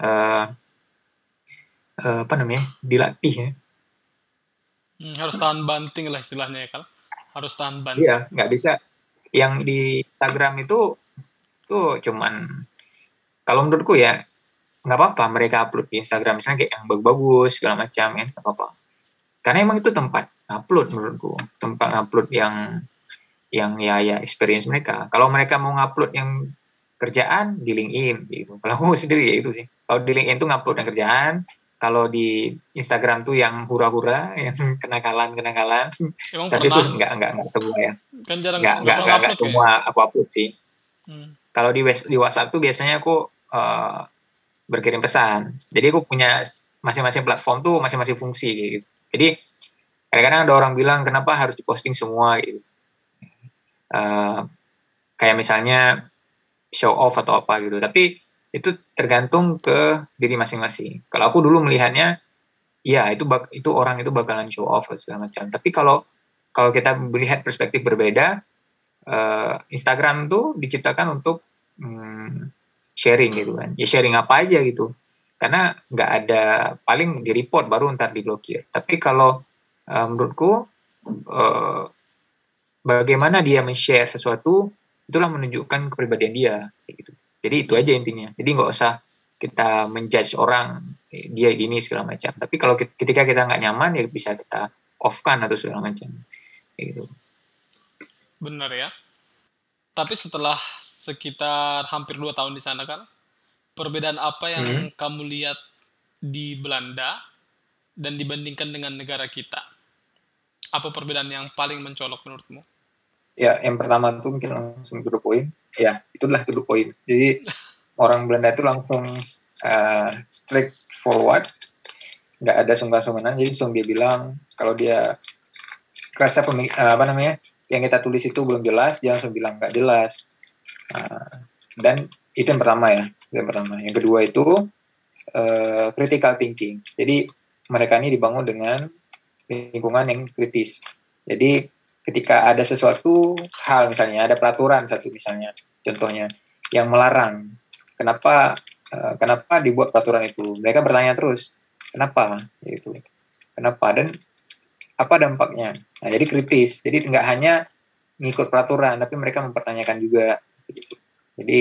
apa namanya, dilatih ya. Harus tahan banting lah istilahnya ya, kan? Harus tahan banting. Iya, nggak bisa. Yang di Instagram itu tuh cuman, kalau menurutku ya nggak apa-apa mereka upload di Instagram misalnya kayak yang bagus-bagus segala macam ya, nggak apa-apa. Karena emang itu tempat upload menurutku, tempat upload yang yang ya experience mereka. Kalau mereka mau ngupload yang kerjaan di LinkedIn gitu. Kalau aku sendiri ya itu sih. Kalau di LinkedIn tuh ngupload yang kerjaan, kalau di Instagram tuh yang hura-hura, yang kenakalan-kenakalan. Emang Tapi itu pernah, enggak semua ya. kan jarang, Enggak nggak enggak pernah enggak, enggak upload kayak. semua aku upload sih. Hmm. Kalau di WhatsApp tuh biasanya aku berkirim pesan. Jadi aku punya masing-masing platform tuh masing-masing fungsi gitu. Jadi kadang-kadang ada orang bilang kenapa harus diposting semua gitu. Kayak misalnya show off atau apa gitu. Tapi itu tergantung ke diri masing-masing. Kalau aku dulu melihatnya, ya itu orang itu bakalan show off segala macam. Tapi kalau kita melihat perspektif berbeda, Instagram tuh diciptakan untuk sharing gitu kan. Ya sharing apa aja gitu. Karena nggak ada, paling di report baru ntar diblokir. Tapi kalau menurutku eh, bagaimana dia men-share sesuatu itulah menunjukkan kepribadian dia gitu. Jadi itu aja intinya. Jadi nggak usah kita menjudge orang dia gini segala macam. Tapi kalau ketika kita nggak nyaman ya bisa kita off-kan atau segala macam gitu. Bener ya. Tapi setelah sekitar hampir 2 tahun di sana kan, perbedaan apa yang Hmm. kamu lihat di Belanda dan dibandingkan dengan negara kita? Apa perbedaan yang paling mencolok menurutmu? Ya, yang pertama tuh mungkin langsung to the point. Ya, itulah to the point. Jadi orang Belanda itu langsung straightforward, nggak ada sungkan-sungkanan. Jadi langsung dia bilang kalau dia rasa apa namanya yang kita tulis itu belum jelas, dia langsung bilang nggak jelas. Dan itu yang pertama ya. Yang pertama. Yang kedua itu critical thinking. Jadi mereka ini dibangun dengan lingkungan yang kritis. Jadi ketika ada sesuatu hal, misalnya ada peraturan satu misalnya, contohnya yang melarang, kenapa dibuat peraturan itu? Mereka bertanya terus, kenapa? Gitu. Kenapa dan apa dampaknya? Nah, jadi kritis. Jadi nggak hanya ngikut peraturan, tapi mereka mempertanyakan juga. Gitu. Jadi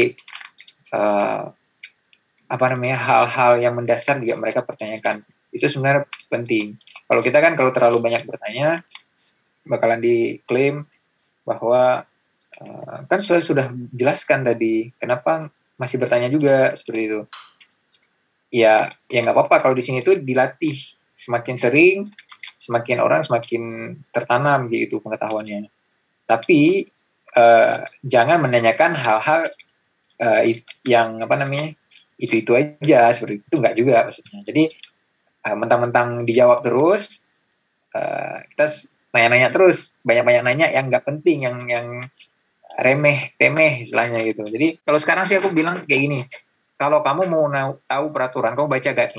apa namanya hal-hal yang mendasar juga mereka pertanyakan. Itu sebenarnya penting. Kalau kita kan kalau terlalu banyak bertanya, bakalan diklaim bahwa kan sudah jelaskan tadi kenapa masih bertanya juga seperti itu. Ya nggak apa-apa kalau di sini tuh dilatih, semakin sering semakin orang semakin tertanam gitu pengetahuannya. Tapi jangan menanyakan hal-hal yang apa namanya itu aja seperti itu, nggak juga maksudnya. Jadi mentang-mentang dijawab terus, kita nanya-nanya terus, banyak-banyak nanya yang nggak penting, yang remeh temeh istilahnya gitu. Jadi kalau sekarang sih aku bilang kayak gini, kalau kamu mau tahu peraturan, kamu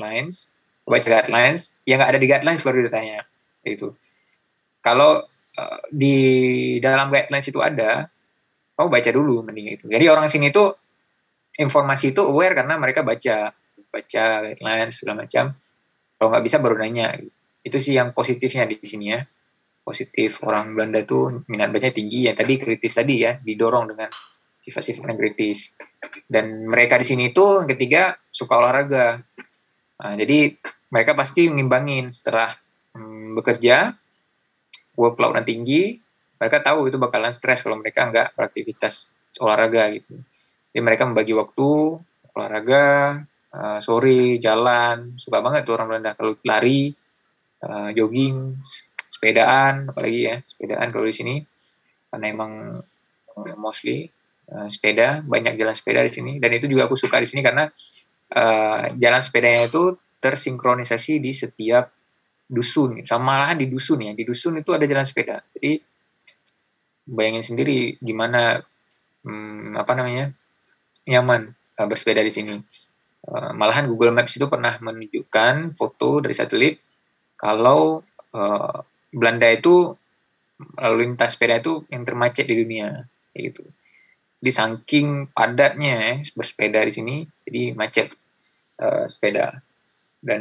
baca guidelines, yang nggak ada di guidelines baru ditanya itu. Kalau di dalam guidelines itu ada, kamu baca dulu mending itu. Jadi orang sini tuh informasi itu aware karena mereka baca guidelines segala macam. Kalau nggak bisa baru nanya. Itu sih yang positifnya di sini ya. Positif orang Belanda tuh minat bacanya tinggi, yang tadi kritis tadi ya, didorong dengan sifat-sifat yang kritis. Dan mereka di sini tuh yang ketiga suka olahraga. Nah, jadi mereka pasti mengimbangin setelah bekerja, workload yang tinggi, mereka tahu itu bakalan stres kalau mereka nggak beraktivitas olahraga gitu. Jadi mereka membagi waktu olahraga, sore jalan, suka banget tuh orang Belanda kalau lari, jogging, sepedaan, apalagi ya sepedaan kalau di sini karena emang mostly sepeda, banyak jalan sepeda di sini, dan itu juga aku suka di sini karena jalan sepedanya itu tersinkronisasi di setiap dusun, sama malahan di dusun ya, di dusun itu ada jalan sepeda. Jadi bayangin sendiri gimana apa namanya nyaman bersepeda di sini. Malahan Google Maps itu pernah menunjukkan foto dari satelit kalau Belanda itu lalu lintas sepeda itu yang termacet di dunia, gitu. Di saking padatnya bersepeda di sini, jadi macet sepeda. Dan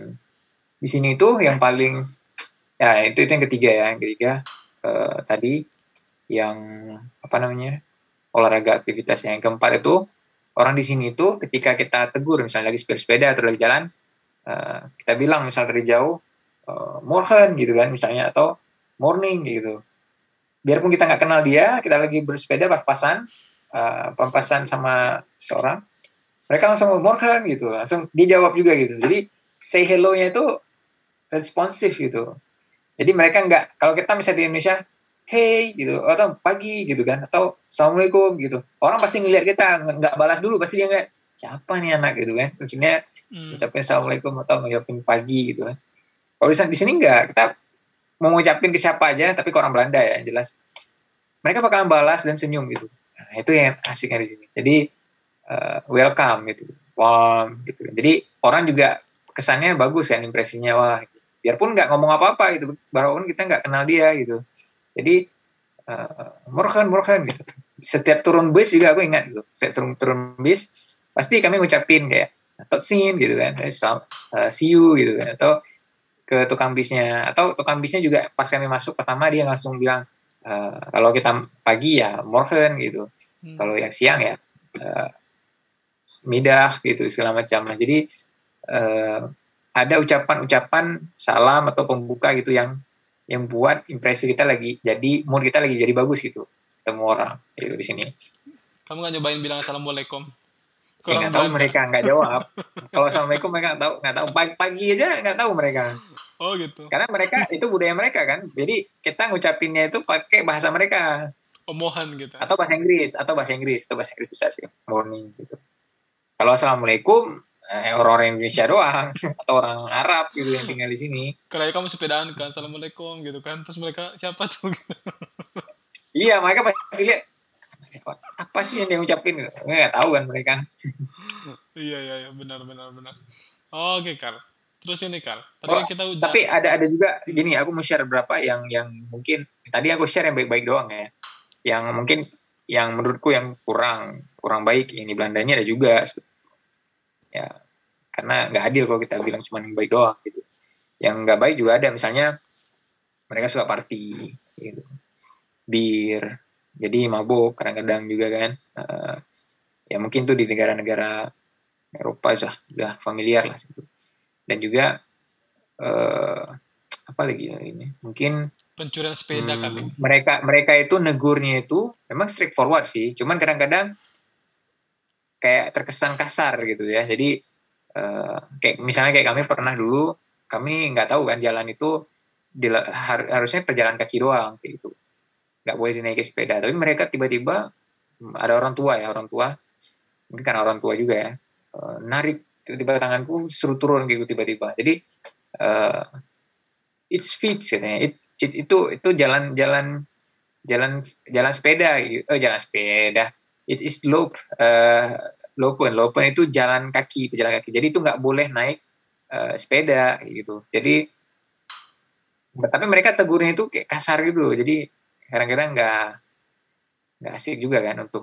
di sini itu yang paling, ya itu yang ketiga ya, yang ketiga tadi yang apa namanya olahraga aktivitasnya. Yang keempat itu orang di sini itu ketika kita tegur misalnya lagi sepeda atau lagi jalan, kita bilang misal dari jauh morgen gitu kan misalnya atau morning gitu. biarpun kita nggak kenal dia, kita lagi bersepeda papasan sama seorang, mereka langsung Morgan gitu, langsung dijawab juga gitu. Jadi say hello-nya itu responsif gitu. Jadi mereka nggak, kalau kita misalnya di Indonesia, hey gitu, atau pagi gitu kan, atau assalamualaikum gitu, orang pasti ngeliat kita, nggak balas dulu, pasti dia ngeliat siapa nih anak gitu kan, maksudnya ucapin assalamualaikum atau ngucapin pagi gitu kan. Kalau di sini nggak, kita mau ngucapin ke siapa aja, tapi ke orang Belanda ya, jelas mereka bakalan balas dan senyum gitu. Nah, itu yang asiknya di sini. Jadi welcome gitu, warm gitu. Jadi orang juga kesannya bagus kan, impresinya, wah biarpun nggak ngomong apa-apa gitu, walaupun kita nggak kenal dia gitu. Jadi Morgan gitu. Setiap turun bis juga aku ingat gitu. Setiap turun bis pasti kami ngucapin kayak Totsin gitu kan, see you gitu kan, atau ke tukang bisnya, atau tukang bisnya juga pas kami masuk pertama dia langsung bilang kalau kita pagi ya Morgan gitu, kalau yang siang ya midah gitu segala macam. Nah, jadi ada ucapan-ucapan salam atau pembuka gitu yang buat impresi kita lagi jadi, mood kita lagi jadi bagus gitu ketemu orang gitu di sini. Kamu nggak nyobain bilang assalamualaikum? Nggak Kurang tahu, Belanda. mereka nggak jawab. Kalau assalamualaikum mereka nggak tahu pagi aja nggak tahu mereka. Oh gitu. Karena mereka itu budaya mereka kan. Jadi kita ngucapinnya itu pakai bahasa mereka Omohan gitu. atau bahasa Inggris bisa sih, morning gitu. Kalau assalamualaikum orang-orang Indonesia doang atau orang Arab gitu yang tinggal di sini. Kayak kamu sepedaan kan, assalamualaikum gitu kan, terus mereka siapa tuh? Iya, mereka pasti lihat apa sih yang dia ucapin, nggak tahu kan mereka. Iya, benar. Oke, Kal. Terus ini, Kal. Tadi Oh, kan kita udah. tapi ada juga gini, aku mau share berapa yang mungkin tadi aku share yang baik-baik doang ya, yang mungkin yang menurutku yang kurang kurang baik ini Belandanya ada juga ya, karena nggak adil kalau kita bilang cuma yang baik doang gitu. Yang nggak baik juga ada, misalnya mereka suka party gitu, bir, jadi mabuk kadang-kadang juga kan. Ya mungkin tuh di negara-negara Eropa sudah familiar lah gitu. Dan juga eh, apa lagi ya ini, mungkin Pencurian sepeda kali. mereka mereka itu negurnya itu memang straightforward sih, cuman kadang-kadang kayak terkesan kasar gitu ya. Jadi kayak misalnya kayak kami pernah dulu, kami nggak tahu kan jalan itu harusnya perjalan kaki doang kayak gitu, nggak boleh dinaiki sepeda, tapi mereka tiba-tiba ada orang tua mungkin karena orang tua juga ya, narik tiba-tiba tanganku suruh turun gitu tiba-tiba. Jadi uh, it's fit katanya, itu jalan jalan sepeda gitu. Jalan sepeda, it is lopen itu jalan kaki, pejalan kaki, jadi itu nggak boleh naik sepeda gitu. Jadi tapi mereka tegurnya itu kayak kasar gitu, jadi kadang-kadang nggak asik juga kan untuk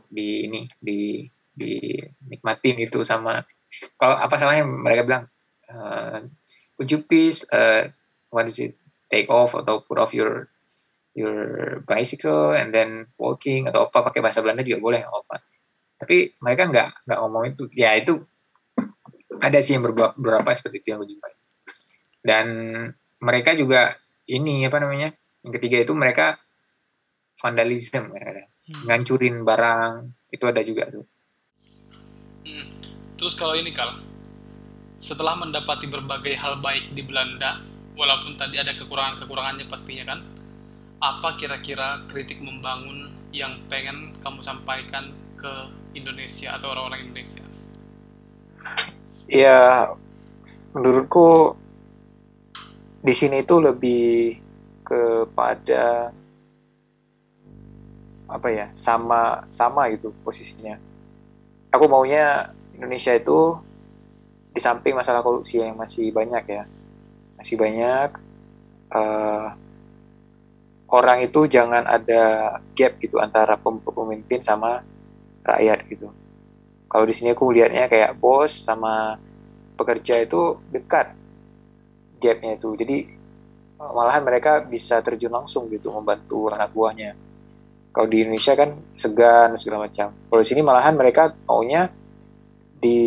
dinikmatin itu. Sama kalau apa salahnya mereka bilang would you please what is it, take off atau put off your bicycle and then walking, atau apa pakai bahasa Belanda juga boleh apa. Tapi mereka nggak ngomong itu. Ya itu ada sih yang beberapa seperti itu yang gue jumpai. Dan mereka juga ini apa namanya, yang ketiga itu mereka vandalisme, ngancurin barang itu ada juga tuh. Terus kalau ini, Kal, setelah mendapati berbagai hal baik di Belanda, walaupun tadi ada kekurangannya pastinya kan, apa kira-kira kritik membangun yang pengen kamu sampaikan ke Indonesia atau orang-orang Indonesia? Ya menurutku di sini itu lebih kepada apa ya, sama gitu posisinya. Aku maunya Indonesia itu di samping masalah korupsi yang masih banyak ya, masih banyak, uh, orang itu jangan ada gap gitu antara pemimpin sama rakyat gitu. Kalau di sini aku lihatnya kayak bos sama pekerja itu dekat gapnya itu. Jadi malahan mereka bisa terjun langsung gitu membantu anak buahnya. Kalau di Indonesia kan segan segala macam. Kalau di sini malahan mereka maunya di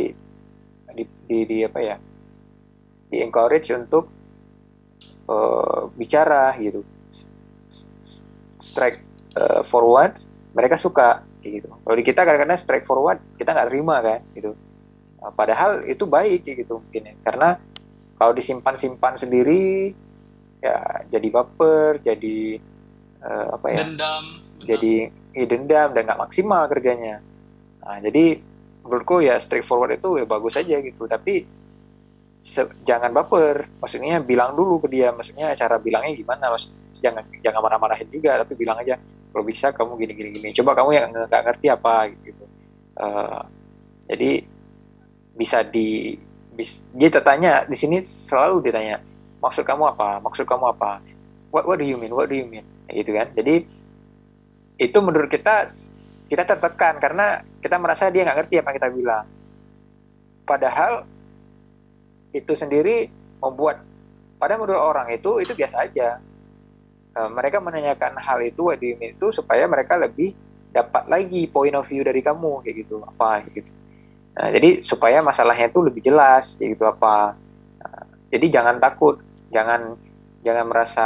di apa ya? Di encourage untuk bicara gitu. strike forward, mereka suka gitu. Kalau di kita kadang-kadang strike forward kita nggak terima kan gitu. Padahal itu baik gitu mungkin ya. Karena kalau disimpan-simpan sendiri ya jadi baper, jadi apa ya? Dendam, benar. Jadi dendam dan nggak maksimal kerjanya. Nah, jadi menurutku ya straightforward itu ya bagus aja gitu. Tapi jangan baper. Maksudnya bilang dulu ke dia. Maksudnya cara bilangnya gimana? Jangan jangan marah-marahin juga, tapi bilang aja kalau bisa kamu gini gini gini. Coba kamu yang nggak ngerti apa gitu. Uh, jadi bisa dia tertanya di sini selalu ditanya maksud kamu apa? Maksud kamu apa? What do you mean? What do you mean? Gitu kan. Jadi itu menurut kita tertekan karena kita merasa dia nggak ngerti apa yang kita bilang. Padahal itu sendiri membuat pada menurut orang itu biasa aja. Mereka menanyakan hal itu what do you mean itu supaya mereka lebih dapat lagi point of view dari kamu kayak gitu apa gitu. Nah, jadi supaya masalahnya itu lebih jelas kayak gitu apa. Nah, jadi jangan takut, jangan merasa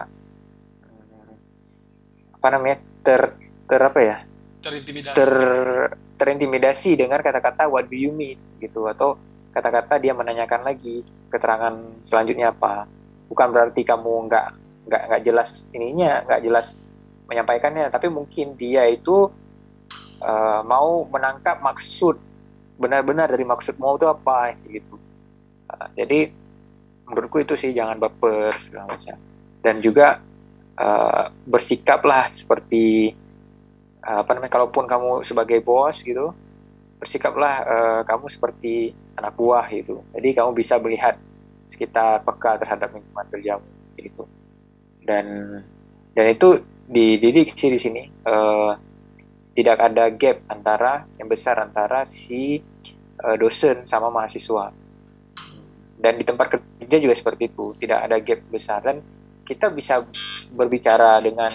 apa namanya ter apa ya? Terintimidasi. Terintimidasi dengan kata-kata what do you mean gitu atau kata-kata dia menanyakan lagi keterangan selanjutnya apa. Bukan berarti kamu nggak jelas ininya, nggak jelas menyampaikannya, tapi mungkin dia itu mau menangkap maksud benar-benar dari maksud mau itu apa gitu. Jadi menurutku itu sih jangan baper segala macam. Dan juga bersikaplah seperti apa namanya, kalaupun kamu sebagai bos gitu, bersikaplah kamu seperti anak buah gitu. Jadi kamu bisa melihat sekitar peka terhadap lingkungan kerjamu gitu. Dan itu dididik sih di sini tidak ada gap yang besar antara si dosen sama mahasiswa. Dan di tempat kerja juga seperti itu, tidak ada gap besar dan kita bisa berbicara dengan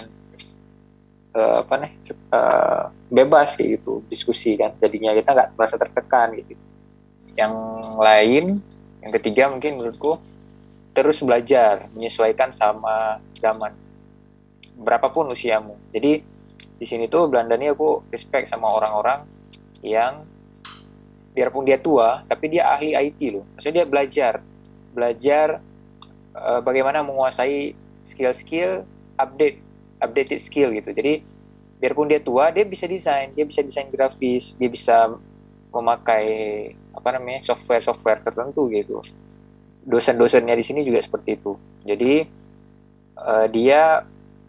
bebas kayak gitu, diskusi kan. Jadinya kita nggak merasa tertekan gitu. Yang lain, yang ketiga mungkin menurutku terus belajar, menyesuaikan sama zaman. Berapapun usiamu. Jadi di sini tuh Belanda nih aku respect sama orang-orang yang biarpun dia tua, tapi dia ahli IT loh. Maksudnya dia belajar bagaimana menguasai skill-skill, updated skill gitu. Jadi biarpun dia tua, dia bisa desain grafis, dia bisa memakai apa namanya software tertentu gitu. Dosen-dosennya di sini juga seperti itu. Jadi dia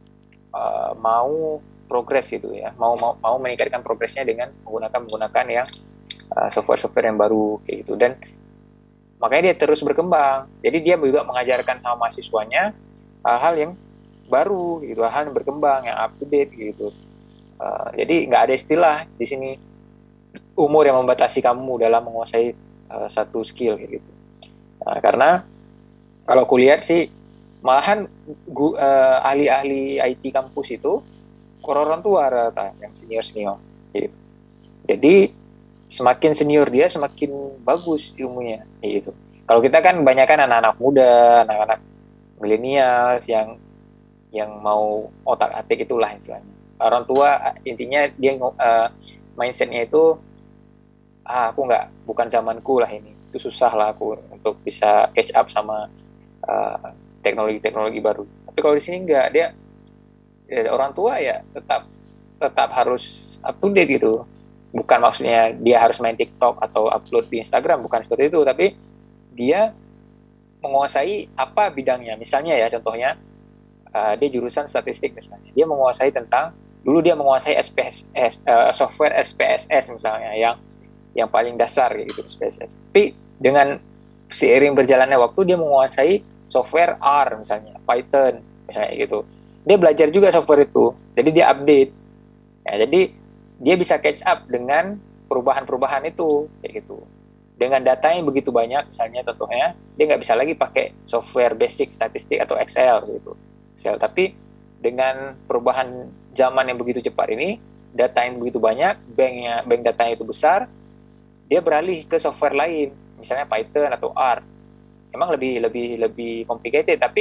mau progres gitu ya, mau meningkatkan progresnya dengan menggunakan yang software yang baru kayak gitu. Dan makanya dia terus berkembang. Jadi dia juga mengajarkan sama mahasiswanya hal-hal yang baru gitu, hal yang berkembang, yang up to date gitu. Jadi nggak ada istilah di sini umur yang membatasi kamu dalam menguasai satu skill kayak gitu. Karena kalau kulihat sih malahan ahli-ahli IT kampus itu orang tua rata yang senior gitu. Jadi semakin senior dia semakin bagus ilmunya gitu. Kalau kita kan banyakkan anak-anak muda, anak-anak milenial yang mau otak-atik itulah istilahnya. Orang tua intinya dia mindsetnya itu aku bukan zamanku lah ini. Itu susah lah aku untuk bisa catch up sama teknologi-teknologi baru. Tapi kalau di sini enggak, dia orang tua ya tetap harus up to date gitu. Bukan maksudnya dia harus main TikTok atau upload di Instagram, bukan seperti itu, tapi dia menguasai apa bidangnya. Misalnya ya contohnya dia jurusan statistik misalnya. Dia menguasai dulu dia menguasai software SPSS misalnya yang paling dasar gitu SPSS. Tapi dengan seiring berjalannya waktu dia menguasai software R misalnya, Python misalnya gitu. Dia belajar juga software itu. Jadi dia update. Ya, jadi dia bisa catch up dengan perubahan-perubahan itu kayak gitu. Dengan data yang begitu banyak misalnya contohnya, dia nggak bisa lagi pakai software basic statistik atau Excel gitu. Tapi dengan perubahan zaman yang begitu cepat ini, data yang begitu banyak, bank datanya itu besar, dia beralih ke software lain, misalnya Python atau R. Emang lebih complicated, tapi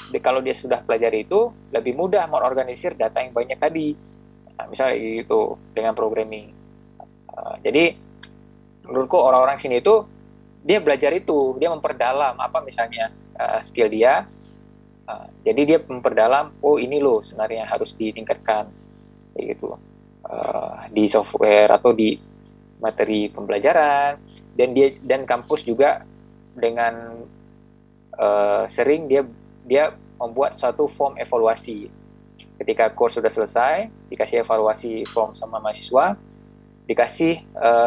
kalau dia sudah pelajari itu lebih mudah mengorganisir data yang banyak tadi. Nah, misalnya itu dengan programming. Jadi menurutku orang-orang sini itu dia belajar itu, dia memperdalam apa misalnya skill dia. Jadi dia memperdalam, oh ini loh sebenarnya harus ditingkatkan gitu di software atau di materi pembelajaran. Dan kampus juga dengan sering dia membuat suatu form evaluasi. Ketika course sudah selesai, dikasih evaluasi form sama mahasiswa, dikasih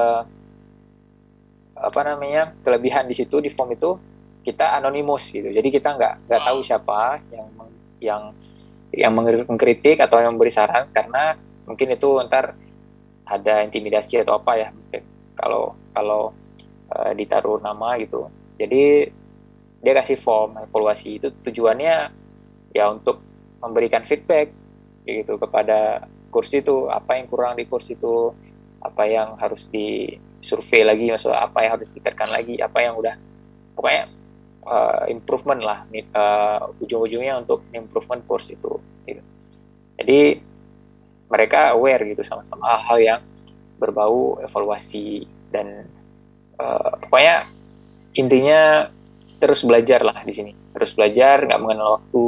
kelebihan di situ di form itu, kita anonimus gitu. Jadi kita nggak tahu siapa yang mengkritik atau yang memberi saran, karena mungkin itu ntar ada intimidasi atau apa ya, mungkin kalau ditaruh nama gitu. Jadi dia kasih form evaluasi itu, tujuannya ya untuk memberikan feedback gitu kepada kursi itu, apa yang kurang di kursi itu, apa yang harus disurvei lagi, maksudnya apa yang harus ditingkatkan lagi, apa yang udah, pokoknya improvement lah, ujung-ujungnya untuk improvement course itu gitu. Jadi mereka aware gitu sama-sama hal-hal yang berbau evaluasi. Dan pokoknya intinya terus belajar lah di sini, terus belajar, nggak mengenal waktu,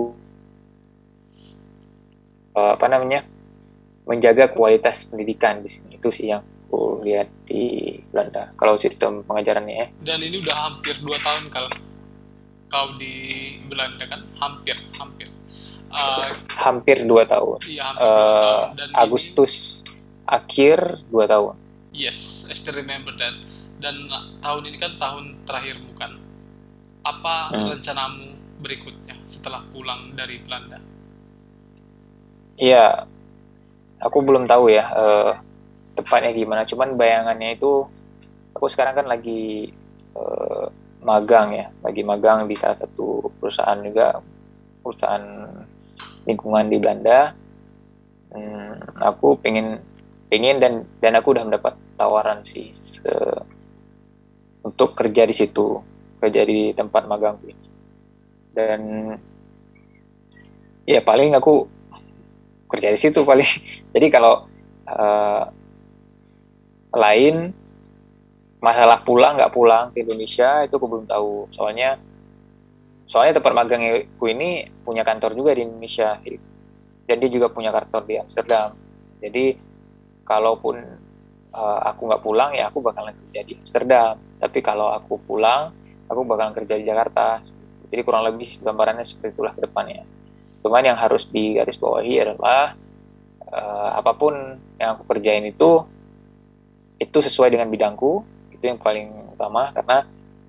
menjaga kualitas pendidikan di sini. Itu sih yang aku lihat di Belanda kalau sistem pengajarannya ya. Dan ini udah hampir 2 tahun kau di Belanda kan? Hampir. Hampir 2 tahun. Iya, hampir 2 tahun. Dan Agustus akhir 2 tahun. Yes, I still remember that. Dan tahun ini kan tahun terakhirmu kan? Apa rencanamu berikutnya setelah pulang dari Belanda? Iya, aku belum tahu ya tepatnya gimana. Cuman bayangannya itu, aku sekarang kan lagi magang ya, lagi magang di salah satu perusahaan juga, perusahaan lingkungan di Belanda. Aku pengen dan aku udah mendapat tawaran sih untuk kerja di situ, kerja di tempat magang ini. Dan ya paling aku kerja di situ paling. Jadi kalau lain masalah pulang nggak pulang ke Indonesia itu aku belum tahu. Soalnya tempat magangku ini punya kantor juga di Indonesia, dan dia juga punya kantor di Amsterdam. Jadi kalaupun aku nggak pulang ya aku bakalan kerja di Amsterdam. Tapi kalau aku pulang, aku bakalan kerja di Jakarta. Jadi kurang lebih gambarannya seperti itulah ke depannya. Cuman yang harus digarisbawahi adalah apapun yang aku kerjain itu sesuai dengan bidangku. Itu yang paling utama, karena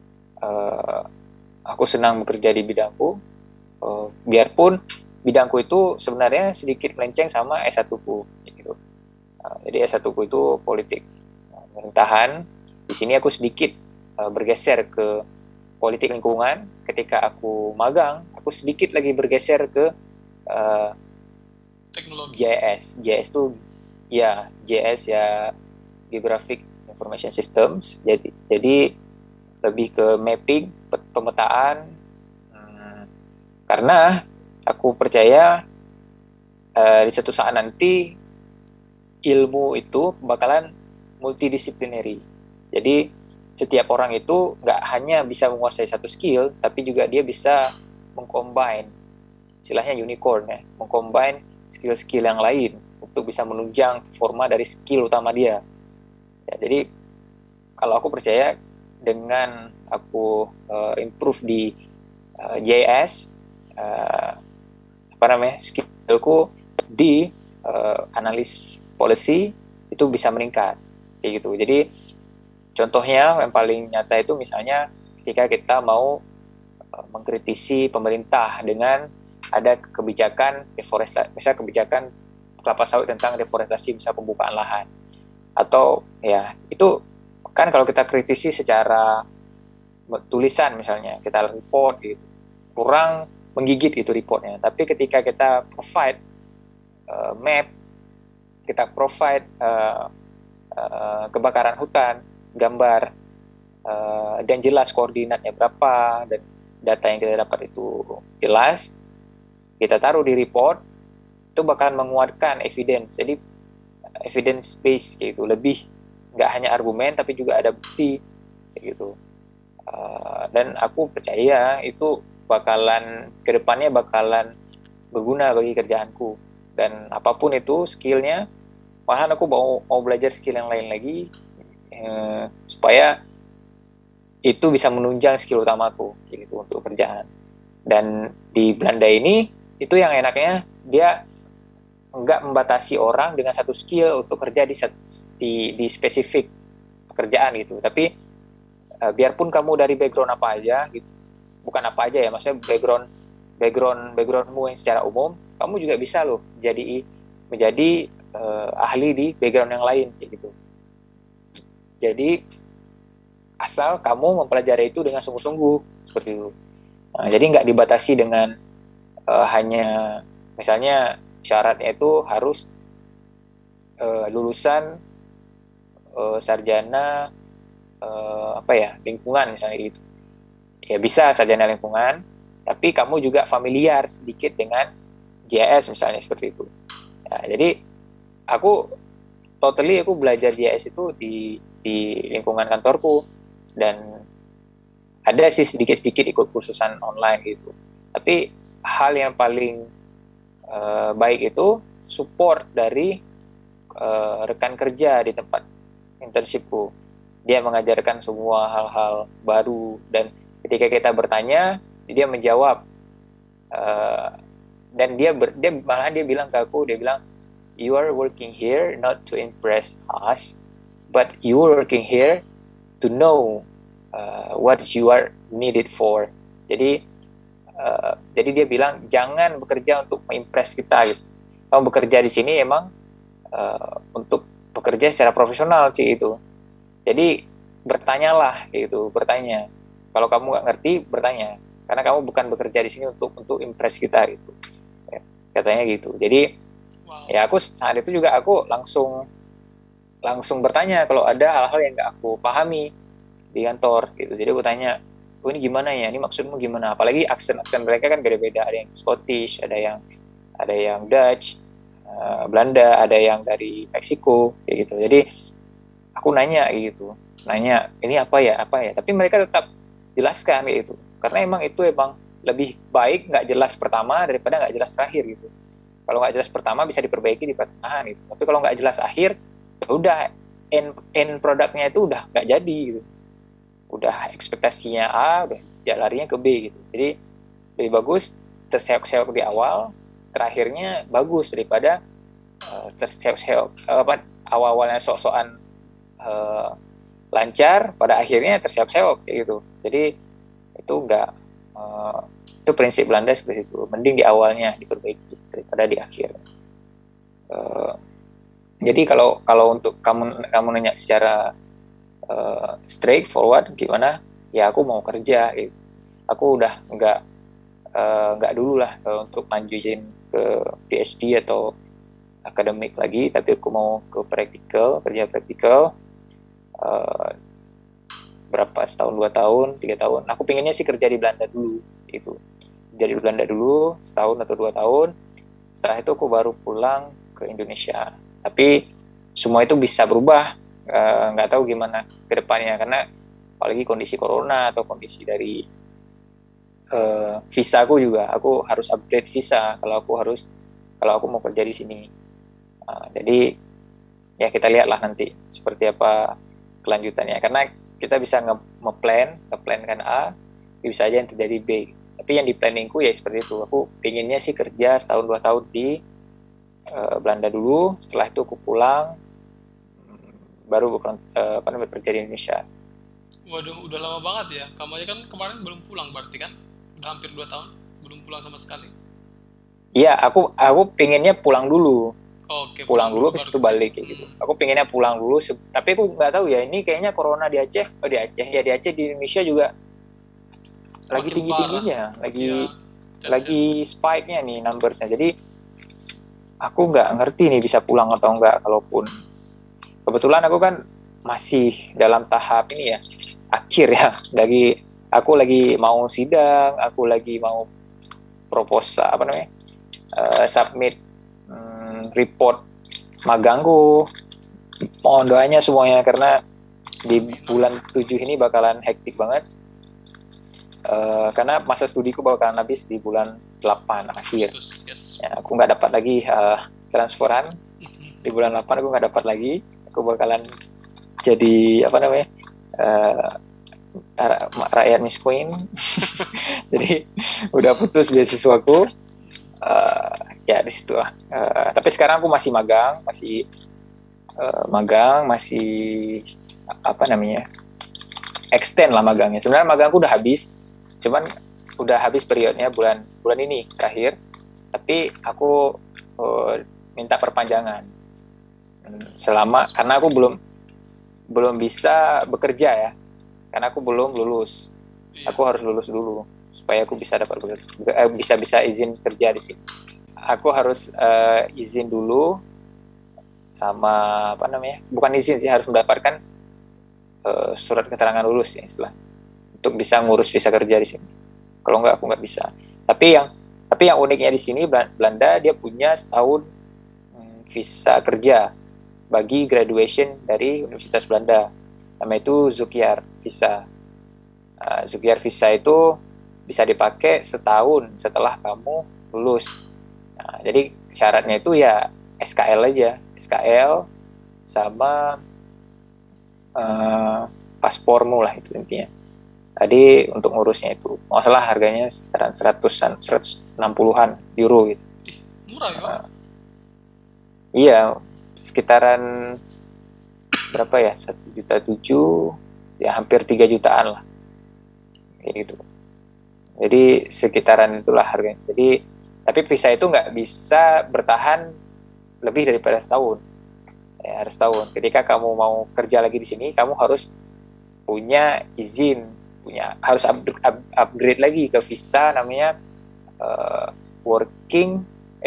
aku senang bekerja di bidangku, biarpun bidangku itu sebenarnya sedikit melenceng sama S1ku gitu. Jadi S1ku itu politik pemerintahan. Di sini aku sedikit bergeser ke politik lingkungan. Ketika aku magang, aku sedikit lagi bergeser ke teknologi. JS itu ya Geographic Information Systems. Jadi lebih ke mapping, pemetaan. Karena aku percaya di suatu saat nanti ilmu itu bakalan multidisiplinary. Jadi setiap orang itu nggak hanya bisa menguasai satu skill, tapi juga dia bisa mengcombine, istilahnya unicorn ya, mengcombine skill-skill yang lain untuk bisa menunjang performa dari skill utama dia. Ya, jadi kalau aku percaya dengan aku improve di JS, skillku di analis policy itu bisa meningkat kayak gitu. Jadi contohnya yang paling nyata itu misalnya ketika kita mau mengkritisi pemerintah dengan ada kebijakan deforestasi, misalnya kebijakan kelapa sawit tentang deforestasi, bisa pembukaan lahan, atau ya itu kan kalau kita kritisi secara tulisan, misalnya kita report gitu, kurang menggigit itu reportnya. Tapi ketika kita provide map, kita provide kebakaran hutan, gambar dan jelas koordinatnya berapa, dan data yang kita dapat itu jelas, kita taruh di report, itu bakal menguatkan evidence. Jadi evidence based gitu, lebih nggak hanya argumen tapi juga ada bukti gitu. Dan aku percaya itu bakalan kedepannya bakalan berguna bagi kerjaanku. Dan apapun itu skillnya, malahan aku mau belajar skill yang lain lagi supaya itu bisa menunjang skill utamaku gitu untuk kerjaan. Dan di Belanda ini itu yang enaknya dia nggak membatasi orang dengan satu skill untuk kerja di spesifik pekerjaan gitu. Tapi biarpun kamu dari background apa aja gitu, bukan apa aja ya, maksudnya backgroundmu yang secara umum, kamu juga bisa loh menjadi ahli di background yang lain kayak gitu. Jadi asal kamu mempelajari itu dengan sungguh-sungguh seperti itu. Nah, jadi nggak dibatasi dengan hanya misalnya syaratnya itu harus lulusan sarjana lingkungan misalnya gitu. Ya bisa sarjana lingkungan, tapi kamu juga familiar sedikit dengan GIS misalnya seperti itu. Nah, jadi aku aku belajar GIS itu di lingkungan kantorku, dan ada sih sedikit-sedikit ikut kursusan online gitu. Tapi hal yang paling baik itu support dari rekan kerja di tempat internshipku. Dia mengajarkan semua hal-hal baru, dan ketika kita bertanya, dia menjawab. Dan dia malahan dia bilang ke aku, dia bilang, you are working here not to impress us, but you are working here to know what you are needed for. Jadi dia bilang jangan bekerja untuk mengimpress kita gitu. Kamu bekerja di sini emang untuk bekerja secara profesional sih itu. Jadi bertanyalah gitu, bertanya. Kalau kamu nggak ngerti, bertanya. Karena kamu bukan bekerja di sini untuk impress kita gitu. Ya, katanya gitu. Jadi ya aku saat itu juga aku langsung bertanya kalau ada hal-hal yang nggak aku pahami di kantor gitu. Jadi aku tanya, oh ini gimana ya? Ini maksudmu gimana? Apalagi aksen mereka kan beda-beda. Ada yang Scottish, ada yang Dutch, Belanda, ada yang dari Meksiko kayak gitu. Jadi aku nanya gitu, ini apa ya? Tapi mereka tetap jelaskan kayak gitu. Karena emang lebih baik nggak jelas pertama daripada nggak jelas terakhir gitu. Kalau nggak jelas pertama bisa diperbaiki di pertengahan gitu. Tapi kalau nggak jelas akhir, ya udah end produknya itu udah nggak jadi gitu. Udah ekspektasinya A, udah ya larinya ke B gitu. Jadi lebih bagus terseok-seok di awal, terakhirnya bagus daripada terseok-seok awal-awalnya sok-sokan lancar, pada akhirnya terseok-seok kayak gitu. Jadi itu enggak itu prinsip Belanda seperti itu. Mending di awalnya diperbaiki daripada di akhir. Jadi kalau untuk kamu nanya secara straightforward gimana? Ya aku mau kerja. Gitu. Aku udah nggak dulu lah untuk lanjutin ke PhD atau akademik lagi, tapi aku mau ke kerja praktikal. Berapa setahun, 2 tahun, 3 tahun. Aku pengennya sih kerja di Belanda dulu, itu. Jadi di Belanda dulu setahun atau 2 tahun. Setelah itu aku baru pulang ke Indonesia. Tapi semua itu bisa berubah, nggak tahu gimana ke depannya, karena apalagi kondisi corona atau kondisi dari visa aku juga, aku harus upgrade visa kalau aku mau kerja di sini. Jadi ya kita lihatlah nanti seperti apa kelanjutannya, karena kita bisa ngeplan kan A, bisa aja yang terjadi B. Tapi yang di planningku ya seperti itu. Aku pinginnya sih kerja setahun 2 tahun di Belanda dulu. Setelah itu aku pulang, baru bekerja di Indonesia. Waduh, udah lama banget ya. Kamu aja kan kemarin belum pulang berarti kan? Udah hampir 2 tahun belum pulang sama sekali. Iya, aku pinginnya pulang dulu. Oke, pulang dulu habis itu balik kayak gitu. Aku pengennya pulang dulu, tapi aku nggak tahu ya, ini kayaknya corona di Aceh, di Aceh, di Indonesia juga lagi tinggi-tingginya, lagi spike-nya nih numbersnya. Jadi aku nggak ngerti nih bisa pulang atau enggak. Kalaupun kebetulan aku kan masih dalam tahap ini ya, akhir ya, aku lagi mau sidang, aku lagi mau proposal submit report magangku. Mohon doanya semuanya karena di bulan 7 ini bakalan hektik banget. Karena masa studiku bakalan habis di bulan 8 akhir. Yes. Ya, aku nggak dapat lagi transferan. Di bulan 8 aku nggak dapat lagi. Aku bakalan jadi apa namanya rakyat miskin. Jadi udah putus beasiswaku. Ya di situ lah. Tapi sekarang aku masih magang, masih apa namanya extend lah magangnya. Sebenarnya magangku udah habis, cuman udah habis periodnya bulan ini terakhir. Tapi aku minta perpanjangan karena aku belum bisa bekerja ya, karena aku belum lulus. Aku harus lulus dulu supaya aku bisa dapat bisa izin kerja di sini. Aku harus izin dulu sama apa namanya, bukan izin sih, harus mendapatkan surat keterangan lulus ya istilah, untuk bisa ngurus visa kerja di sini. Kalau enggak aku nggak bisa. Tapi yang uniknya di sini Belanda dia punya setahun visa kerja bagi graduation dari Universitas Belanda. Nama itu Zoukiar Visa. Zoukiar Visa itu bisa dipakai setahun setelah kamu lulus. Nah, jadi syaratnya itu ya SKL aja, SKL sama paspormu lah itu intinya. Tadi untuk ngurusnya itu, nggak salah harganya sekitaran 160-an euro gitu. Murah ya? Iya, sekitaran berapa ya, 1,7 juta, ya hampir 3 jutaan lah, kayak gitu. Jadi sekitaran itulah harganya. Jadi tapi visa itu nggak bisa bertahan lebih daripada setahun. Ya, harus setahun. Ketika kamu mau kerja lagi di sini, kamu harus punya izin, harus upgrade lagi ke visa namanya working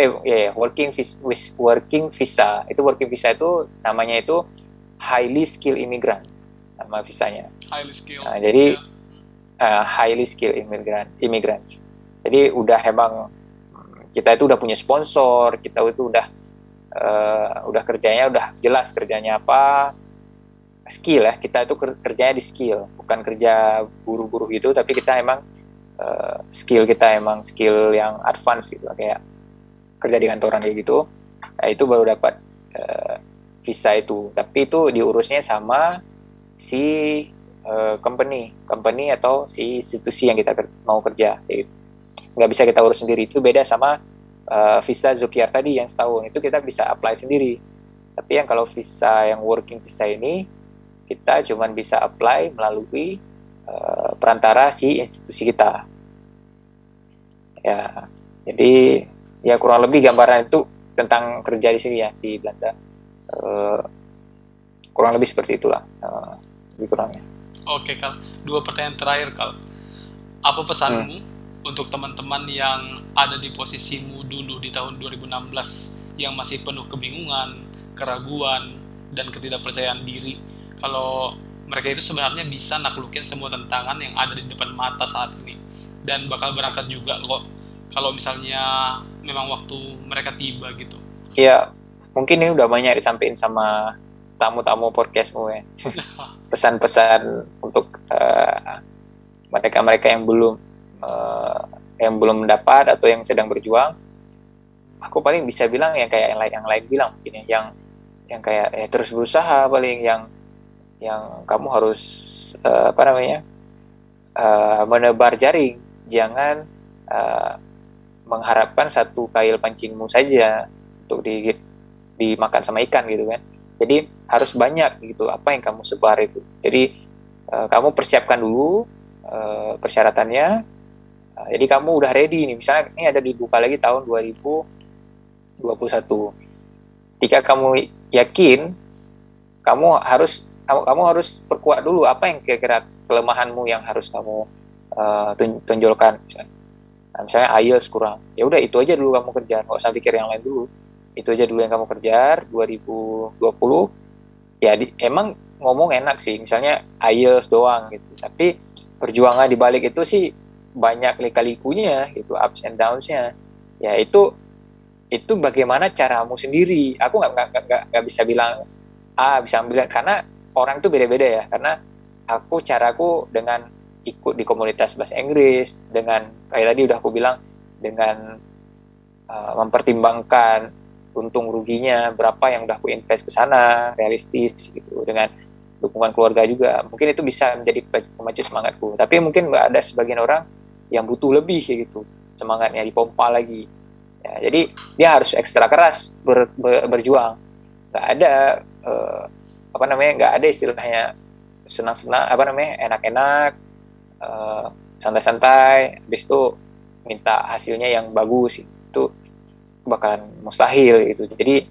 visa. Itu working visa itu namanya itu highly skilled immigrant, nama visanya. Highly skilled. Nah, jadi highly skilled immigrants. Jadi udah emang kita itu udah punya sponsor, kita itu udah kerjanya udah jelas kerjanya apa, skill ya, kita itu kerjanya di skill, bukan kerja buru-buru gitu, tapi kita emang skill kita emang skill yang advance gitu, kayak kerja di kantoran kayak gitu. Nah, itu baru dapat visa itu, tapi itu diurusnya sama si company atau si institusi yang kita mau kerja gitu. Nggak bisa kita urus sendiri. Itu beda sama visa Zoukiar tadi yang setahun, itu kita bisa apply sendiri. Tapi yang kalau visa yang working visa ini, kita cuma bisa apply melalui perantara si institusi kita. Ya, jadi ya kurang lebih gambaran itu tentang kerja di sini ya di Belanda. Kurang lebih seperti itulah lebih kurangnya. Oke Kal, 2 pertanyaan terakhir Kal. Apa pesanmu untuk teman-teman yang ada di posisimu dulu di tahun 2016 yang masih penuh kebingungan, keraguan, dan ketidakpercayaan diri, kalau mereka itu sebenarnya bisa naklukin semua tantangan yang ada di depan mata saat ini, dan bakal berangkat juga kok kalau misalnya memang waktu mereka tiba gitu? Ya, mungkin ini udah banyak disampaikan sama tamu-tamu podcastmu ya. Pesan-pesan untuk mereka-mereka yang belum mendapat atau yang sedang berjuang. Aku paling bisa bilang yang kayak yang lain bilang mungkin yang kayak terus berusaha, paling yang kamu harus menebar jaring, jangan mengharapkan satu kail pancingmu saja untuk dimakan sama ikan gitu kan. Jadi harus banyak gitu apa yang kamu sebar itu. Jadi kamu persiapkan dulu persyaratannya. Jadi kamu udah ready nih. Misalnya ini ada dibuka lagi tahun 2021. Ketika kamu yakin, kamu harus perkuat dulu apa yang kira-kira kelemahanmu yang harus kamu tunjukkan. Misalnya IELTS kurang, ya udah itu aja dulu kamu kejar, nggak usah pikir yang lain dulu. Itu aja dulu yang kamu kejar. 2020 ya emang ngomong enak sih, misalnya IELTS doang gitu, tapi perjuangan di balik itu sih banyak lika-likunya gitu, ups and downs-nya. Ya itu itu bagaimana caramu sendiri. Aku nggak bisa bilang bisa ambil, karena orang itu beda-beda ya. Karena caraku dengan ikut di komunitas bahasa Inggris, dengan kayak tadi udah aku bilang, dengan mempertimbangkan untung ruginya, berapa yang udah aku invest ke sana, realistis gitu, dengan dukungan keluarga juga. Mungkin itu bisa menjadi pemacu semangatku. Tapi mungkin ada sebagian orang yang butuh lebih gitu, semangatnya dipompa lagi. Ya, jadi dia harus ekstra keras berjuang. Nggak ada nggak ada istilahnya senang-senang, enak-enak, santai-santai, habis itu minta hasilnya yang bagus, itu bakalan mustahil gitu. Jadi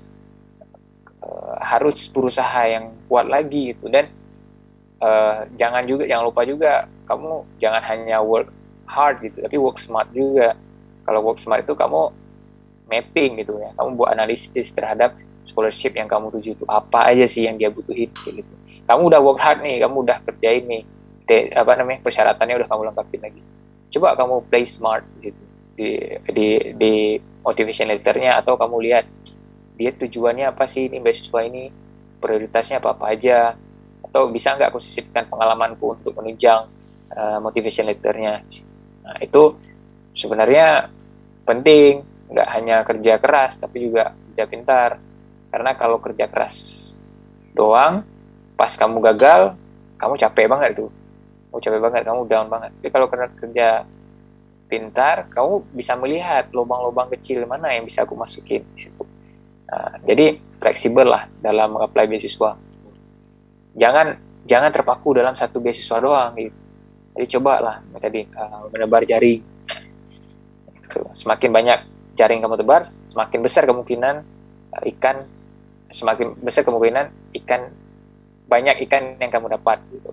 harus berusaha yang kuat lagi gitu. Dan jangan lupa juga, kamu jangan hanya work hard gitu, tapi work smart juga. Kalau work smart itu kamu mapping gitu ya, kamu buat analisis terhadap scholarship yang kamu tuju itu apa aja sih yang dia butuhin gitu. Kamu udah work hard nih, kamu udah kerjain nih, persyaratannya udah kamu lengkapin lagi. Coba kamu play smart gitu di motivation letternya, atau kamu lihat dia tujuannya apa sih ini beasiswa ini, prioritasnya apa aja, atau bisa nggak aku sisipkan pengalamanku untuk menunjang motivation letternya. Nah, itu sebenarnya penting, nggak hanya kerja keras tapi juga kerja pintar. Karena kalau kerja keras doang, pas kamu gagal, kamu capek banget tuh, kamu down banget. Tapi kalau kerja pintar, kamu bisa melihat lubang-lubang kecil mana yang bisa aku masukin di situ. Nah, jadi fleksibel lah dalam mengapply beasiswa. Jangan terpaku dalam satu beasiswa doang gitu. Jadi cobalah tadi menebar jaring. Gitu. Semakin banyak jaring kamu tebar, semakin besar kemungkinan banyak ikan yang kamu dapat gitu.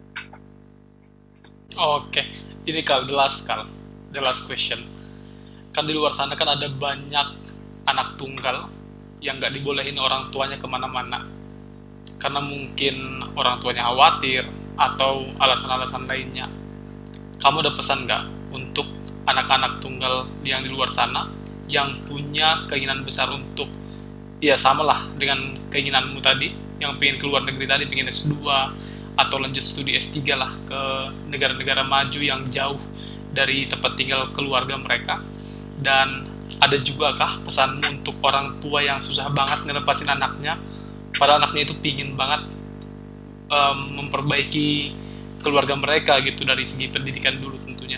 Oke, ini the last question. Kan di luar sana kan ada banyak anak tunggal yang nggak dibolehin orang tuanya kemana-mana. Karena mungkin orang tuanya khawatir atau alasan-alasan lainnya. Kamu ada pesan nggak untuk anak-anak tunggal yang di luar sana yang punya keinginan besar untuk, ya sama lah dengan keinginanmu tadi, yang pengen keluar negeri tadi, pengen S2 atau lanjut studi S3 lah ke negara-negara maju yang jauh dari tempat tinggal keluarga mereka. Dan ada juga kah pesanmu untuk orang tua yang susah banget ngelepasin anaknya, padahal anaknya itu pingin banget memperbaiki keluarga mereka gitu dari segi pendidikan dulu tentunya?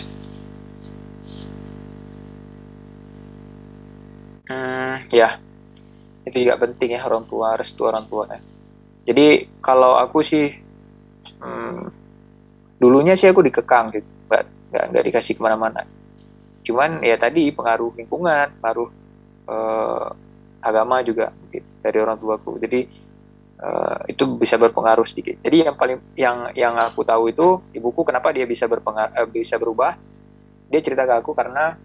Ya, itu juga penting ya, restu orang tua ya. Jadi kalau aku sih dulunya sih aku dikekang gitu, nggak dikasih kemana-mana. Cuman ya tadi pengaruh lingkungan, pengaruh agama juga mungkin dari orang tuaku. Jadi itu bisa berpengaruh sedikit. Jadi yang aku tahu itu, ibuku kenapa dia bisa bisa berubah. Dia cerita ke aku karena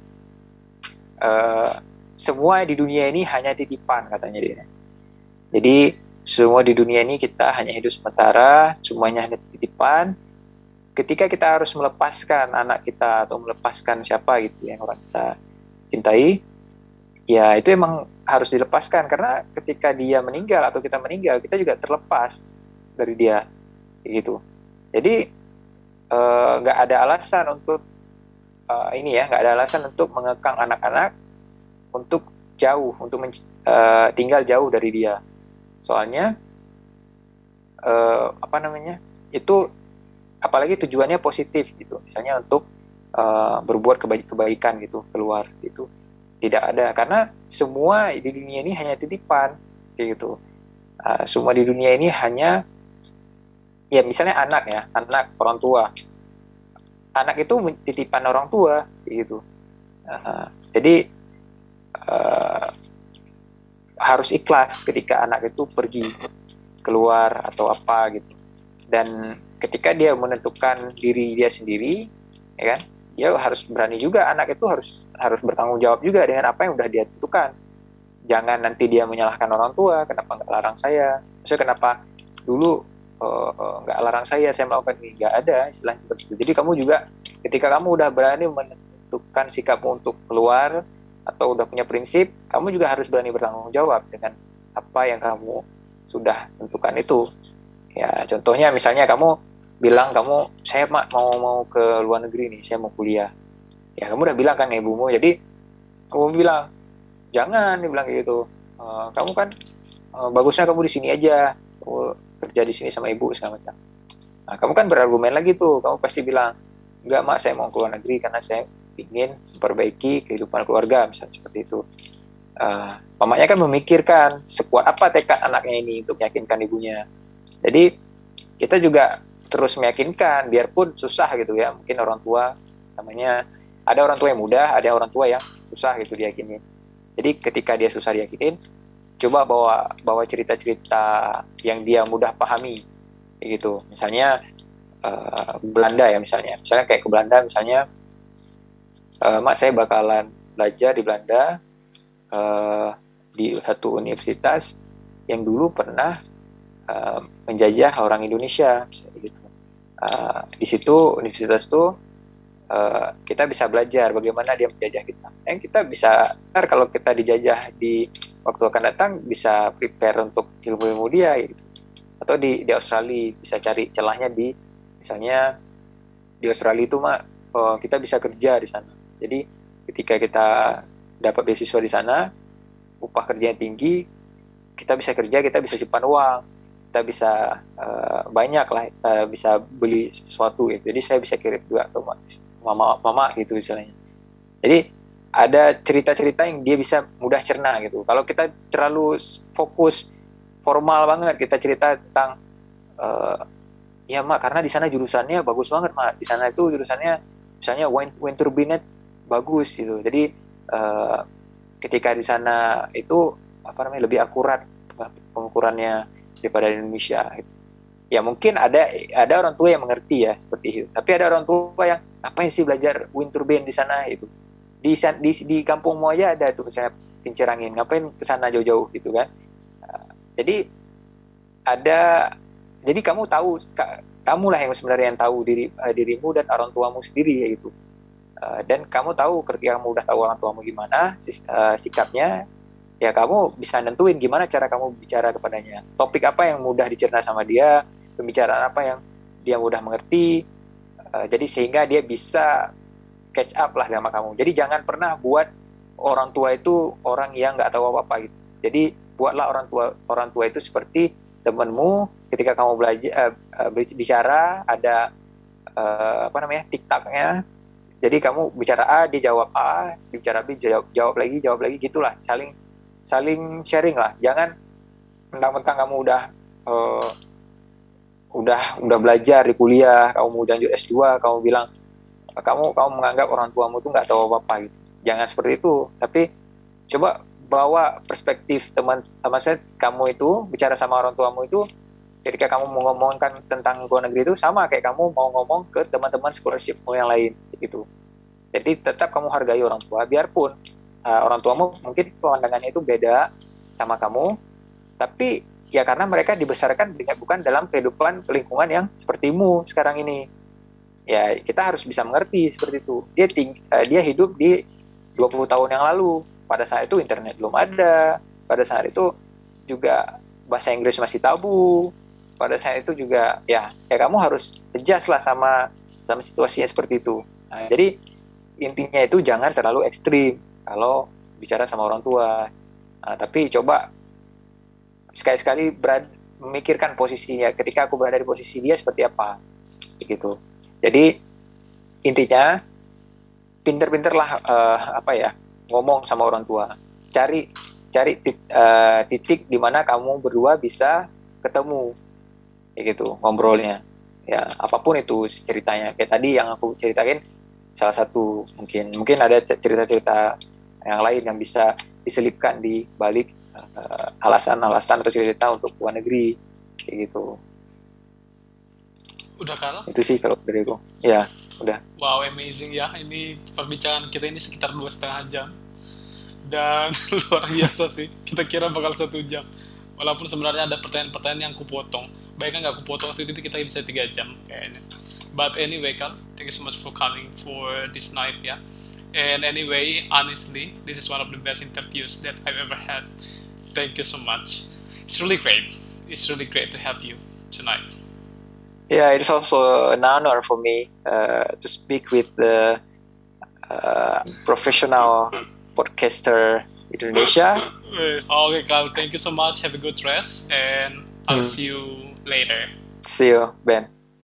semua di dunia ini hanya titipan, katanya dia. Jadi semua di dunia ini kita hanya hidup sementara, semuanya hanya titipan. Ketika kita harus melepaskan anak kita atau melepaskan siapa gitu yang orang kita cintai, ya itu emang harus dilepaskan, karena ketika dia meninggal atau kita meninggal, kita juga terlepas dari dia gitu. Jadi nggak ada alasan untuk nggak ada alasan untuk mengekang anak-anak untuk tinggal jauh dari dia. Soalnya itu apalagi tujuannya positif gitu, misalnya untuk berbuat kebaikan gitu keluar gitu, tidak ada, karena semua di dunia ini hanya titipan gitu. Semua di dunia ini hanya, ya misalnya anak orang tua, anak itu titipan orang tua gitu. Jadi harus ikhlas ketika anak itu pergi keluar atau apa gitu. Dan ketika dia menentukan diri dia sendiri, ya kan, dia harus berani juga, anak itu harus bertanggung jawab juga dengan apa yang udah dia tentukan. Jangan nanti dia menyalahkan orang tua, kenapa nggak larang saya, maksudnya kenapa dulu nggak larang saya melakukan ini. Nggak ada istilah seperti itu. Jadi kamu juga ketika kamu udah berani menentukan sikapmu untuk keluar atau udah punya prinsip, kamu juga harus berani bertanggung jawab dengan apa yang kamu sudah tentukan itu. Ya, contohnya misalnya kamu bilang saya mau mau ke luar negeri nih, saya mau kuliah. Ya, kamu udah bilang kan ke ibumu, jadi kamu bilang, jangan dibilang kayak gitu. Kamu kan bagusnya kamu di sini aja, kamu kerja di sini sama ibu segala macam. Nah, kamu kan berargumen lagi tuh, kamu pasti bilang, enggak mak, saya mau keluar negeri karena saya ingin memperbaiki kehidupan keluarga, misalnya seperti itu. Mamanya kan memikirkan sekuat apa tekad anaknya ini untuk meyakinkan ibunya. Jadi kita juga terus meyakinkan, biarpun susah gitu ya. Mungkin orang tua, namanya ada orang tua yang mudah, ada orang tua yang susah gitu diyakinin. Jadi ketika dia susah diyakinin, coba bawa cerita-cerita yang dia mudah pahami, gitu. Misalnya Belanda ya, misalnya kayak ke Belanda, misalnya mak, saya bakalan belajar di Belanda, di satu universitas yang dulu pernah menjajah orang Indonesia, gitu. Di situ universitas itu kita bisa belajar bagaimana dia menjajah kita. Yang kita bisa, ntar kalau kita dijajah di waktu akan datang, bisa prepare untuk ilmu-ilmu dia, gitu. Atau di Australia bisa cari celahnya misalnya di Australia itu mak, kita bisa kerja di sana. Jadi ketika kita dapat beasiswa di sana, upah kerjanya tinggi, kita bisa kerja, kita bisa simpan uang, kita bisa banyak lah, kita bisa beli sesuatu gitu. Jadi saya bisa kirim juga ke mama gitu misalnya. Jadi ada cerita-cerita yang dia bisa mudah cerna gitu. Kalau kita terlalu fokus formal banget, kita cerita tentang ya mak, karena di sana jurusannya bagus banget mak, di sana itu jurusannya misalnya wind turbine bagus gitu. Jadi ketika di sana itu apa namanya, lebih akurat pengukurannya daripada di Indonesia. Ya mungkin ada orang tua yang mengerti ya seperti itu. Tapi ada orang tua yang ngapain sih belajar wind turbine di sana itu. Di kampungmu aja ada tuh misalnya kincir angin, ngapain ke sana jauh-jauh gitu kan. Jadi ada jadi kamu tahu, kamulah yang sebenarnya yang tahu dirimu dan orang tuamu sendiri ya gitu. Dan kamu tahu ketika kamu udah tahu orang tuamu gimana sikapnya, ya kamu bisa nentuin gimana cara kamu bicara kepadanya. Topik apa yang mudah dicerna sama dia, pembicaraan apa yang dia mudah mengerti. Jadi sehingga dia bisa catch up lah sama kamu. Jadi jangan pernah buat orang tua itu orang yang nggak tahu apa-apa gitu. Jadi buatlah orang tua itu seperti temanmu ketika kamu belajar bicara, ada apa namanya, tiktaknya. Jadi kamu bicara A, dia jawab A, bicara B, jawab lagi gitulah, saling sharing lah. Jangan mentang-mentang kamu uh, udah belajar di kuliah, kamu mau lanjut S2, kamu bilang kamu menganggap orang tuamu tuh nggak tahu apa-apa gitu. Jangan seperti itu. Tapi coba bawa perspektif teman saya, kamu itu bicara sama orang tuamu itu ketika kamu mau ngomongkan tentang luar negeri itu sama kayak kamu mau ngomong ke teman-teman scholarshipmu yang lain gitu. Jadi tetap kamu hargai orang tua, biarpun orang tuamu mungkin pandangannya itu beda sama kamu, tapi ya karena mereka dibesarkan bukan dalam kehidupan lingkungan yang sepertimu sekarang ini. Ya kita harus bisa mengerti seperti itu. Dia hidup di 20 tahun yang lalu. Pada saat itu internet belum ada. Pada saat itu juga bahasa Inggris masih tabu. Pada saat itu juga ya kamu harus adjust lah sama situasinya seperti itu. Nah, jadi intinya itu jangan terlalu ekstrim kalau bicara sama orang tua. Nah, tapi coba sekali-sekali memikirkan posisinya. Ketika aku berada di posisi dia seperti apa, gitu. Jadi intinya pinter-pinterlah apa ya, ngomong sama orang tua. Cari titik di mana kamu berdua bisa ketemu, gitu, ngobrolnya. Ya apapun itu ceritanya. Kayak tadi yang aku ceritain salah satu, mungkin ada cerita-cerita yang lain yang bisa diselipkan di balik alasan-alasan atau cerita untuk luar negeri, kayak gitu. Udah Kal? Itu sih kalau dari aku. Ya, udah. Wow, amazing ya. Ini perbincangan kita ini sekitar 2,5 jam. Dan luar biasa sih. Kita kira bakal 1 jam. Walaupun sebenarnya ada pertanyaan-pertanyaan yang kupotong. Baiknya nggak kupotong waktu itu kita bisa 3 jam kayaknya. But anyway Kal, thank you so much for coming for this night ya. And anyway, honestly, this is one of the best interviews that I've ever had. Thank you so much. It's really great. It's really great to have you tonight. Yeah, it's also an honor for me to speak with the professional podcaster Indonesia. Okay, Carl, thank you so much. Have a good rest, and I'll see you later. See you, Ben.